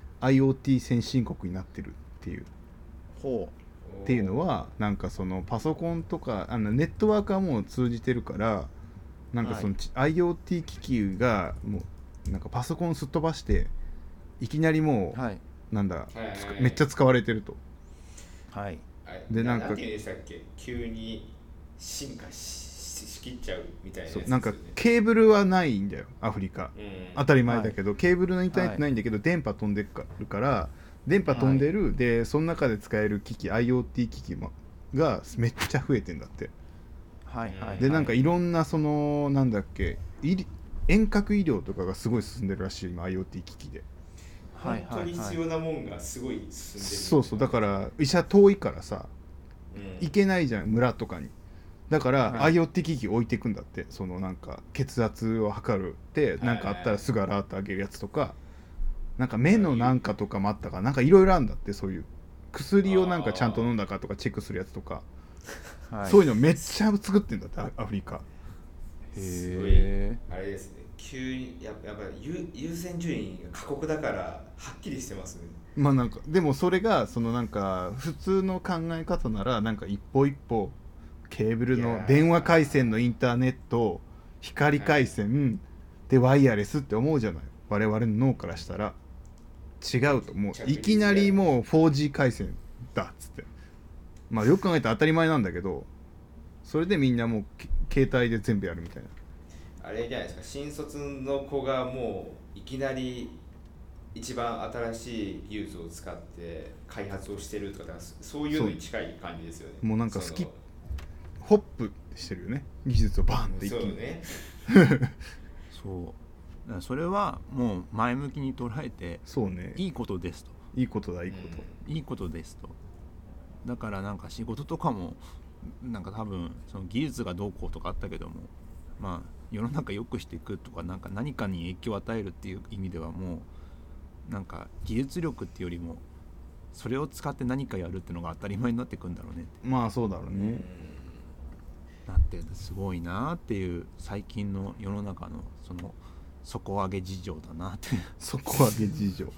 IoT 先進国になってるっていうほうっていうのはなんかそのパソコンとかあのネットワークはもう通じてるからなんかその、はい、IoT 機器がもうなんかパソコンすっ飛ばしていきなりもう、はい、なんだ、はいはいはい、めっちゃ使われてると。 はい。 でなんか何て言うんでしたっけ、急に進化 し, しきっちゃうみたいなやつですよね。 なんかケーブルはないんだよアフリカ、うん、当たり前だけど、はい、ケーブルのインターネットないんだけど、はい、電波飛んでるから電波飛んでる、はい、でその中で使える機器 IoT 機器がめっちゃ増えてんだって。 はいはいはい、 でなんかいろんなそのなんだっけ遠隔医療とかがすごい進んでるらしい今 IoT 機器で。 本当に必要なもんがすごい進んでる。 そうそう、だから医者遠いからさ、うん、行けないじゃん村とかに。だから、はい、IoT 機器置いていくんだって。そのなんか血圧を測るってなんかあったらすぐアラート上げるやつとか、なんか目のなんかとかもあったからなんかいろいろあるんだって。そういう薬をなんかちゃんと飲んだかとかチェックするやつとか、はい、そういうのめっちゃ作ってんだってアフリカ。 へえ。あれですね、急にやっぱ優先順位が過酷だからはっきりしてますね。 まあなんかでもそれがそのなんか普通の考え方ならなんか一歩一歩ケーブルの電話回線のインターネット光回線でワイヤレスって思うじゃない、我々の脳からしたら。違うと、もういきなりもう フォージー 回線だっつって、まあよく考えたら当たり前なんだけど、それでみんなもう携帯で全部やるみたいな。 あれじゃないですか、新卒の子がもういきなり一番新しい技術を使って開発をしてるとか、そういうのに近い感じですよね。 もうなんかスキッホップしてるよね、技術をバーンって一気に。 そうねそうそれはもう前向きに捉えて、 そうね、 いいことですと。 いいことだいいこと、 うん、いいことですと。だからなんか仕事とかもなんか多分その技術がどうこうとかあったけども、まあ世の中良くしていくとか、なんか何かに影響を与えるっていう意味ではもうなんか技術力っていうよりもそれを使って何かやるっていうのが当たり前になってくんだろうねって。 まあそうだろうね。 なってすごいなっていう最近の世の中のその底上げ事情だなって底上げ事情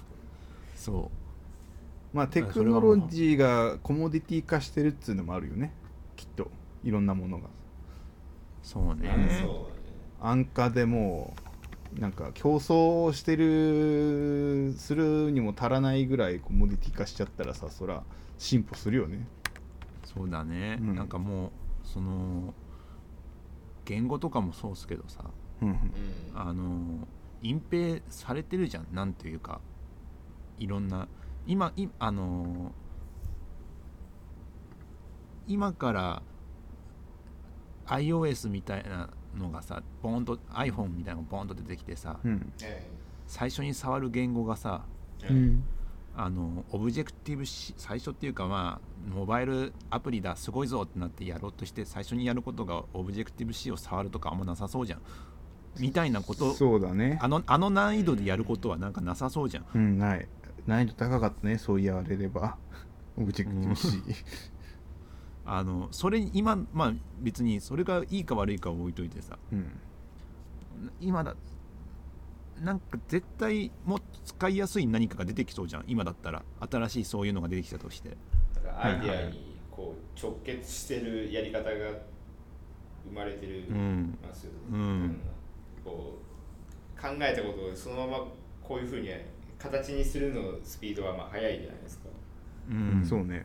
そうまあテクノロジーがコモディティ化してるっていうのもあるよね、きっと。いろんなものがそうね、 安価でもうなんか競争してるするにも足らないぐらいコモディティ化しちゃったらさ、そら進歩するよね。 そうだね、うん、なんかもうその言語とかもそうですけどさ、うん、あの隠蔽されてるじゃん、なんていうかいろんな今いあの今から iOS みたいなのがさボーンと iPhone みたいなのがボーンと出てきてさ、うん、最初に触る言語がさ、うん、あのオブジェクティブ C 最初っていうかまあモバイルアプリだすごいぞってなってやろうとして最初にやることがオブジェクティブ C を触るとかあんまなさそうじゃんみたいなこと。 そうだね、 あの、あの難易度でやることはなんかなさそうじゃん。 うん、ない。難易度高かったね、そう言われればオブジェクティブ C、うん、 あのそれ今まあ別にそれがいいか悪いかを置いといてさ、うん、今だなんか絶対もっと使いやすい何かが出てきそうじゃん今だったら。新しいそういうのが出てきたとして、 だからアイデアにこう直結してるやり方が生まれてるますよね、 うんうん、 こう考えたことをそのままこういうふうに形にするのスピードはまあ速いじゃないですか。 うんうん、そうね、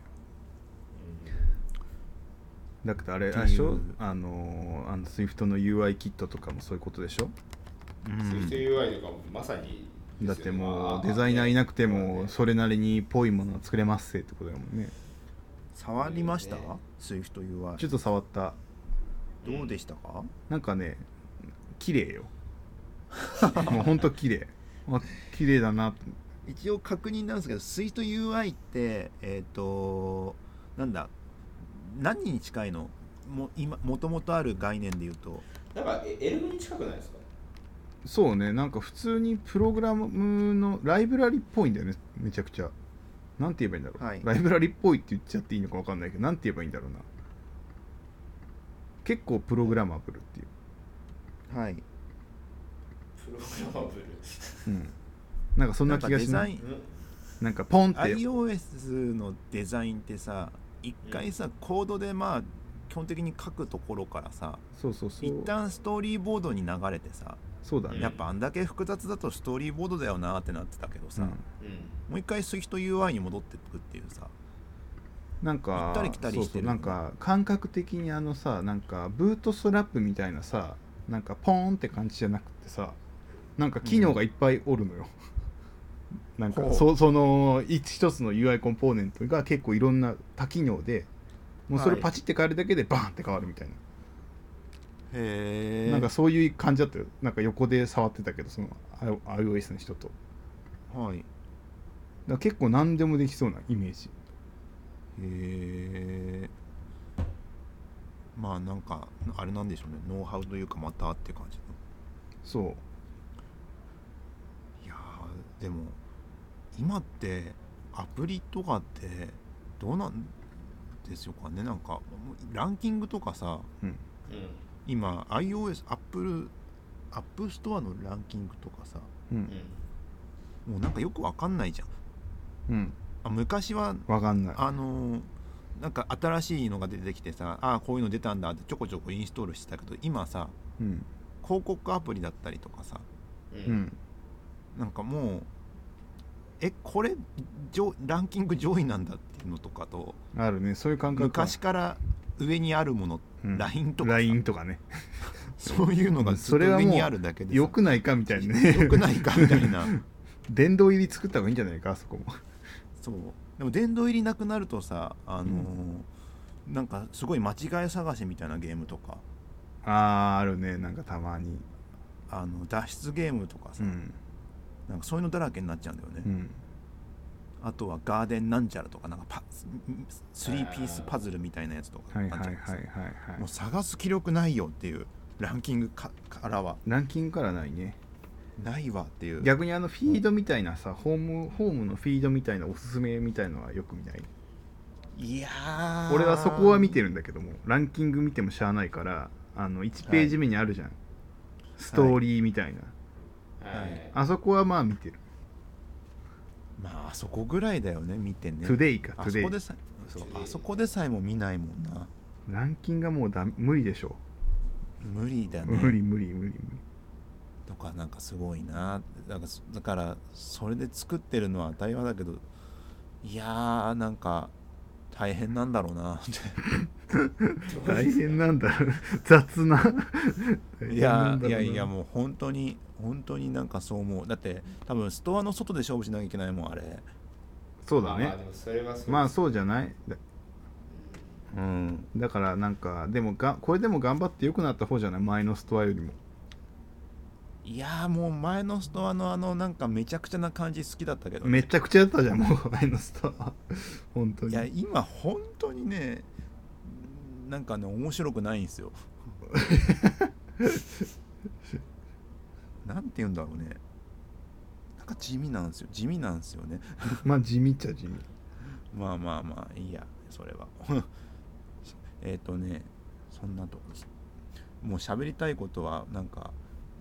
だけどあれあれでしょ、あのあの Swift の ユーアイ キットとかもそういうことでしょ。 うん、Swift ユーアイ とかもまさにだってもうデザイナーいなくてもそれなりにぽいものを作れますせってことだもんね。 触りました、Swift ユーアイ。 ちょっと触った。 どうでしたか？ なんかね綺麗よもうほんと綺麗あ綺麗だな。 一応確認なんですけど Swift ユーアイ ってえっ、ー、となんだ何に近いの？も今もともとある概念で言うとなんかエルムに近くないですか？ そうね、なんか普通にプログラムのライブラリっぽいんだよね。めちゃくちゃなんて言えばいいんだろう、はい、ライブラリっぽいって言っちゃっていいのか分かんないけどなんて言えばいいんだろうな。結構プログラマブルっていう。 はい。 プログラマブル。 うん。なんかそんな気がしない。なんかポンって。 iOS のデザインってさ、一回さ、うん、コードでまあ基本的に書くところからさ、 そうそうそう。 一旦ストーリーボードに流れてさ、 そうだね。 やっぱあんだけ複雑だとストーリーボードだよなってなってたけどさ、うん、もう一回 Swift ユーアイ に戻ってくっていうさ。 なんか行ったり来たりしてる。 そうそう、なんか感覚的にあのさ、なんかブートストラップみたいなさ、なんかポーンって感じじゃなくてさ、なんか機能がいっぱいおるのよ、うん、なんか そ, その一つの ユーアイ コンポーネントが結構いろんな多機能で、もうそれパチって変えるだけでバーンって変わるみたいな、 へえ。 なんかそういう感じだったよ。なんか横で触ってたけど、その iOS の人と、 はい、 だから結構何でもできそうなイメージ。 へえ。まあなんかあれなんでしょうね、ノウハウというかまたって感じの。 そう。 いやでも今ってアプリとかってどうなんですよかね。なんかランキングとかさ、うん、今 iOS アップルアップストアのランキングとかさ、うん、もうなんかよくわかんないじゃん、うん、昔はわかんない。 あのなんか新しいのが出てきてさ、ああこういうの出たんだってちょこちょこインストールしてたけど、今さ、うん、広告アプリだったりとかさ、うん、なんかもうえこれランキング上位なんだっていうのとかとあるね、そういう感覚。 昔から上にあるもの、うん、ライン とかライン とかねそういうのがずっと上にあるだけでさ、 良くないかみたいなね良くないかみたいな殿堂入り作った方がいいんじゃないか、あそこも。 そうでも殿堂入りなくなるとさ、あのーうん、なんかすごい間違い探しみたいなゲームとかあーあるね、なんかたまにあの脱出ゲームとかさ、うん、なんかそういうのだらけになっちゃうんだよね、うん、あとはガーデンなんちゃらとかなんかパスリーピースパズルみたいなやつとかなっちゃうんですよ。もう探す気力ないよっていうランキングかからはランキングからないね、 ないわっていう。 逆にあのフィードみたいなさ、ホームホームのフィードみたいなおすすめみたいのはよく見ない。 いやー俺はそこは見てるんだけども、ランキング見てもしゃあないから、あのいちページ目にあるじゃん、はい、ストーリーみたいな、はい、あそこはまあ見てる。 まああそこぐらいだよね見てね。 トゥデイか、 あそこでさそうあそこでさえも見ないもんな。 ランキングはもうだ無理でしょ。 無理だね。 無理無理無理無理とかなんかすごいな。だからだからそれで作ってるのは当たり前だけど、いやーなんか大変なんだろうなって大変なんだろう雑ないやいやいやもう本当に本当になんかそう思う。だって多分ストアの外で勝負しなきゃいけないもんあれ。 そうだね。 まあ、まあ、でもそれはそうまあそうじゃない。 うん、 だからなんかでもがこれでも頑張って良くなった方じゃない、前のストアよりも。 いやーもう前のストアのあのなんかめちゃくちゃな感じ好きだったけど、ね、 めちゃくちゃだったじゃんもう前のストア本当に。 いや今本当にねなんかね面白くないんですよなんて言うんだろうね、なんか地味なんですよ地味なんですよねまあ地味っちゃ地味まあまあまあいいやそれはえっとねそんなとこです。もう喋りたいことはなんか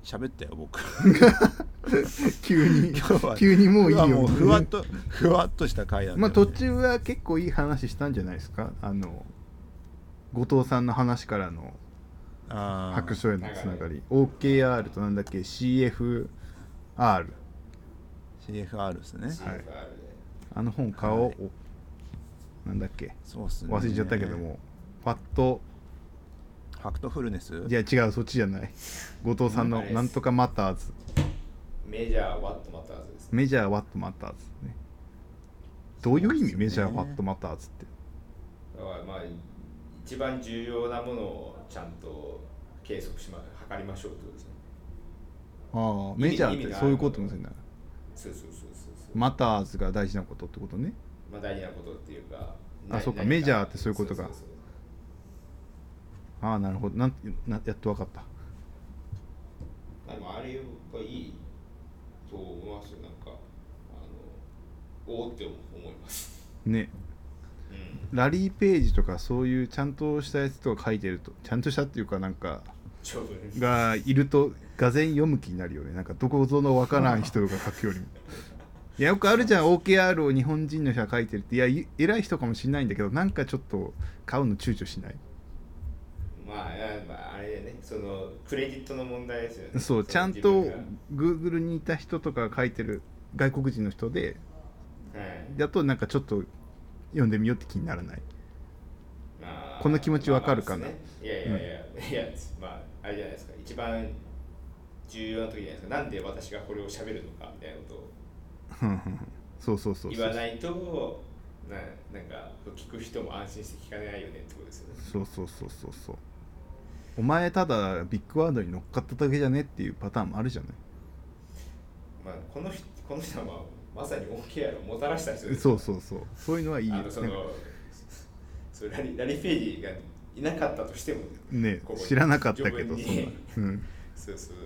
喋ったよ僕急に今日は急にもういいよもうふわっとふわっとした回なんで、 まあ途中は結構いい話したんじゃないですか。あの後藤さんの話からのあ白書へのつながり オーケーアール となんだっけ シーエフアールシーエフアール ですね。 シーエフアール であの本買おう、 はいなんだっけそうっすね。 忘れちゃったけどもファットファクトフルネス。 いや違うそっちじゃない後藤さんのなんとかマターズメジャーワットマターズですね。 メジャーワットマターズね。どういう意味、 そうっすねメジャーワットマターズってだからまあ一番重要なものをちゃんと計測しま測りましょうってことですね。 ああメジャーってそういうこともするんだ。 そうそうそうそうそう。 マターズが大事なことってことね。 まあ大事なことっていうか。 あそうか何メジャーってそういうことかそうそうそうああなるほどなんなやっと分かった。 でもあれがいいと思いますよ。なんかあのおおって思いますねうんラリーページとかそういうちゃんとしたやつとか書いてるとちゃんとしたっていうかなんか長文がいるとがぜん読む気になるよね。なんかどこぞのわからん人が書くよりもいやよくあるじゃん オーケーアール を日本人の人が書いてるっていやい偉い人かもしれないんだけどなんかちょっと買うの躊躇しない。 まあ、いやまあ、あれね、そのクレジットの問題ですよね。 そうのちゃんと自分が Google にいた人とかが書いてる外国人の人ではいだとなんかちょっと読んでみようって気にならない。 まあこの気持ちわかるかなまあまあですねいやいやいや、いや、まあ、あれじゃないですか、一番重要な時じゃないですか、なんで私がこれを喋るのかみたいなことをふんふんふんそうそうそうそう言わないと、ななんか聞く人も安心して聞かないよねってことですよね。 そうそうそうそうそうお前ただビッグワードに乗っかっただけじゃねっていうパターンもあるじゃない。 まあ、この人この人は、まあ、まさに オーケーアール をもたらした人です。 そうそうそうそういうのはいいよあのそのなんかそうラリラリページがいなかったとしてもねここに知らなかったけどそんな序文に、 うん、 そうそう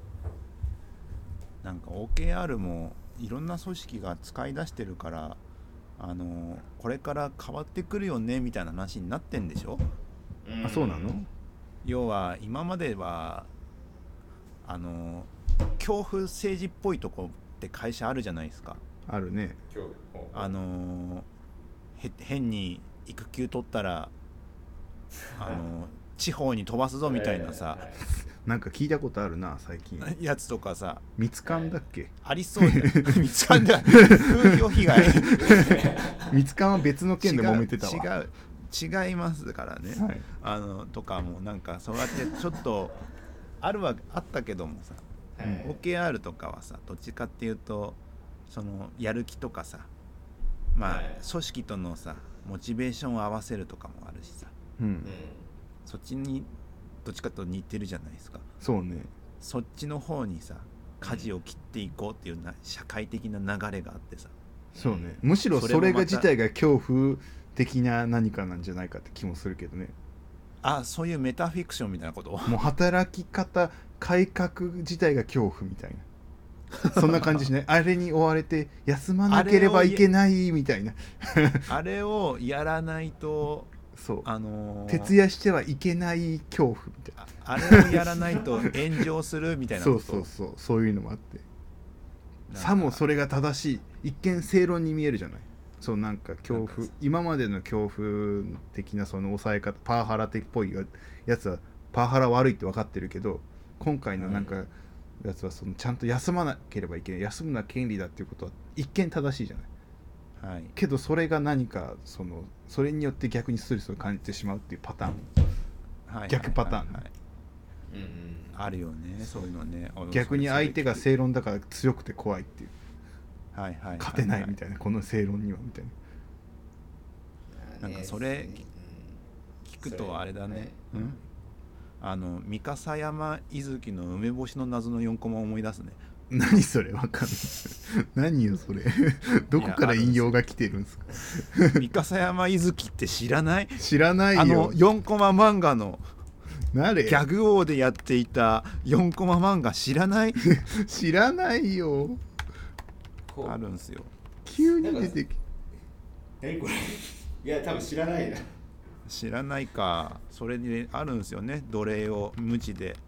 なんか オーケーアール もいろんな組織が使い出してるからあのこれから変わってくるよねみたいな話になってんでしょ。 あそうなの。 要は今まではあの恐怖政治っぽいとこって会社あるじゃないですか。 あるね。 今日あのへ変に育休取ったらあの地方に飛ばすぞみたいなさ、 なんか聞いたことあるな最近。 やつとかさミツカンだっけ。 ありそうじゃん見つかんだ風評被害ミツカンは別の件で揉めてたわ。 違う違う違いますからね、 はい、 あのとかもなんかそうやってちょっとあるはあったけどもさ、 はいオーケーアール とかはさどっちかっていうとそのやる気とかさまあ、 はい組織とのさモチベーションを合わせるとかもあるしさうん、 うんそっちにどっちかと似てるじゃないですか。 そうね。 そっちの方にさ舵を切っていこうっていうな社会的な流れがあってさそうね。むしろそれが自体が恐怖的な何かなんじゃないかって気もするけどね。 あそういうメタフィクションみたいなこともう働き方改革自体が恐怖みたいなそんな感じしないあれに追われて休まなければいけないみたいなあれをやらないとそうあのー、 徹夜してはいけない恐怖みたいなああれをやらないと炎上するみたいなことそうそうそうそういうのもあってなんかさもそれが正しい一見正論に見えるじゃない。そうなんか恐なんか怖今までの恐怖的なその抑え方パワハラ的っぽいやつはパワハラ悪いって分かってるけど今回のなんかやつはそのちゃんと休まなければいけない休むのは権利だっていうことは一見正しいじゃないはいけどそれが何かそのそれによって逆にストレスを感じてしまうっていうパターンはい逆パターンはいはいはいうんうんあるよねそういうのね逆に相手がせ正論だから強くて怖いっていうはいはいはいはい勝てないみたいなこの正論にはみたいななんかそれ聞くとあれだね、うんあの三笠山伊豆の梅干しの謎のよんコマを思い出すね。 何それわかんない何よそれどこから引用が来てるんですか三笠山伊豆って知らない？ 知らないよあのよんコマ漫画のなれギャグ王でやっていたよんコマ漫画知らない？ 知らないよこうあるんすよ。 急に出てき何これいや多分知らないな知らないか。それであるんですよね。奴隷を無知で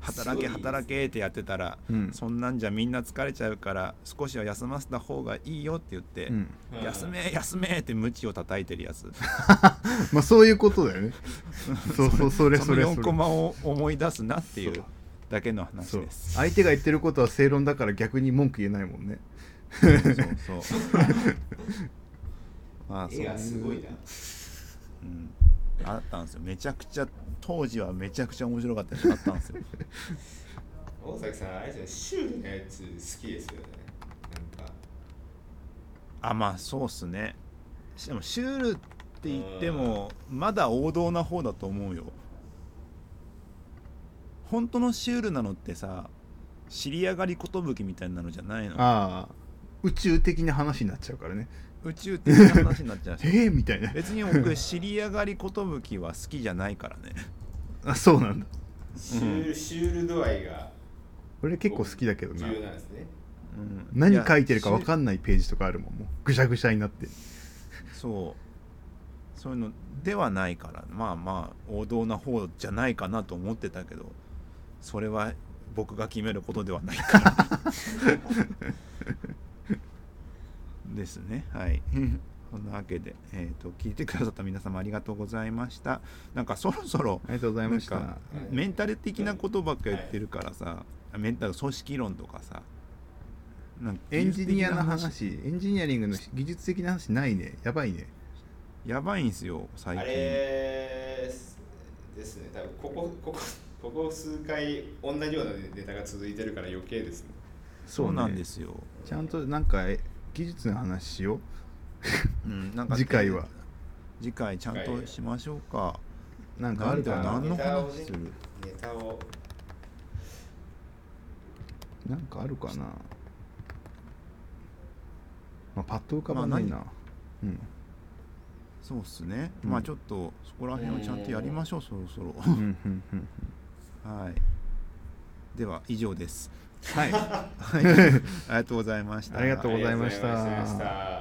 働け働けってやってたら、 うん、 そんなんじゃみんな疲れちゃうから少しは休ませた方がいいよって言って、 うん、 休め休めって鞭を叩いてるやつまあそういうことだよねそうそうそれそれそれそのよんコマを思い出すなっていうだけの話です。 相手が言ってることは正論だから逆に文句言えないもんねそうそうまあそういう絵がすごいな、 うん、あったんですよ。めちゃくちゃ当時はめちゃくちゃ面白かったしあったんですよ大崎さんあれですね、シュールなやつ好きですよね。なんかあまあそうっすね。でもシュールって言ってもまだ王道な方だと思うよ。本当のシュールなのってさ、尻上がり寿みたいなのじゃないの。 ああ宇宙的な話になっちゃうからね。 宇宙的な話になっちゃうしえーみたいな。 別に僕尻上がり寿は好きじゃないからねあそうなんだ。 シュール、シュール度合いが俺結構好きだけどな。 重要なんですね。 うん、 何書いてるか分かんないページとかあるもん。もうぐしゃぐしゃになって。 そうそういうのではないから、まあまあ王道な方じゃないかなと思ってたけど、それは僕が決めることではないからですね。はいそんなわけで、えーと、聞いてくださった皆様ありがとうございました。なんかそろそろありがとうございました。 なんかメンタル的なことばっか言ってるからさ、メンタル組織論とかさ、なんかエンジニアの話、エンジニアリングの技術的な話ないね。やばいね。 やばいんすよ最近。 あれですね、多分ここここここ数回同じようなネタが続いてるから余計ですね。 そうなんですよ。 ちゃんとなんか技術の話しよう。 うん、なんか次回は次回ちゃんとしましょうか。 なんかあるかな。 何の話する？ ネタをなんかあるかな。まあ、パッと浮かばないな。 まあうん。 そうっすね。 うん、 まあちょっとそこら辺をちゃんとやりましょう、そろそろ。 うんうんうんうん、はい。では以上です。 はい。 はい。ありがとうございました。 ありがとうございましありがとうございまた。 した。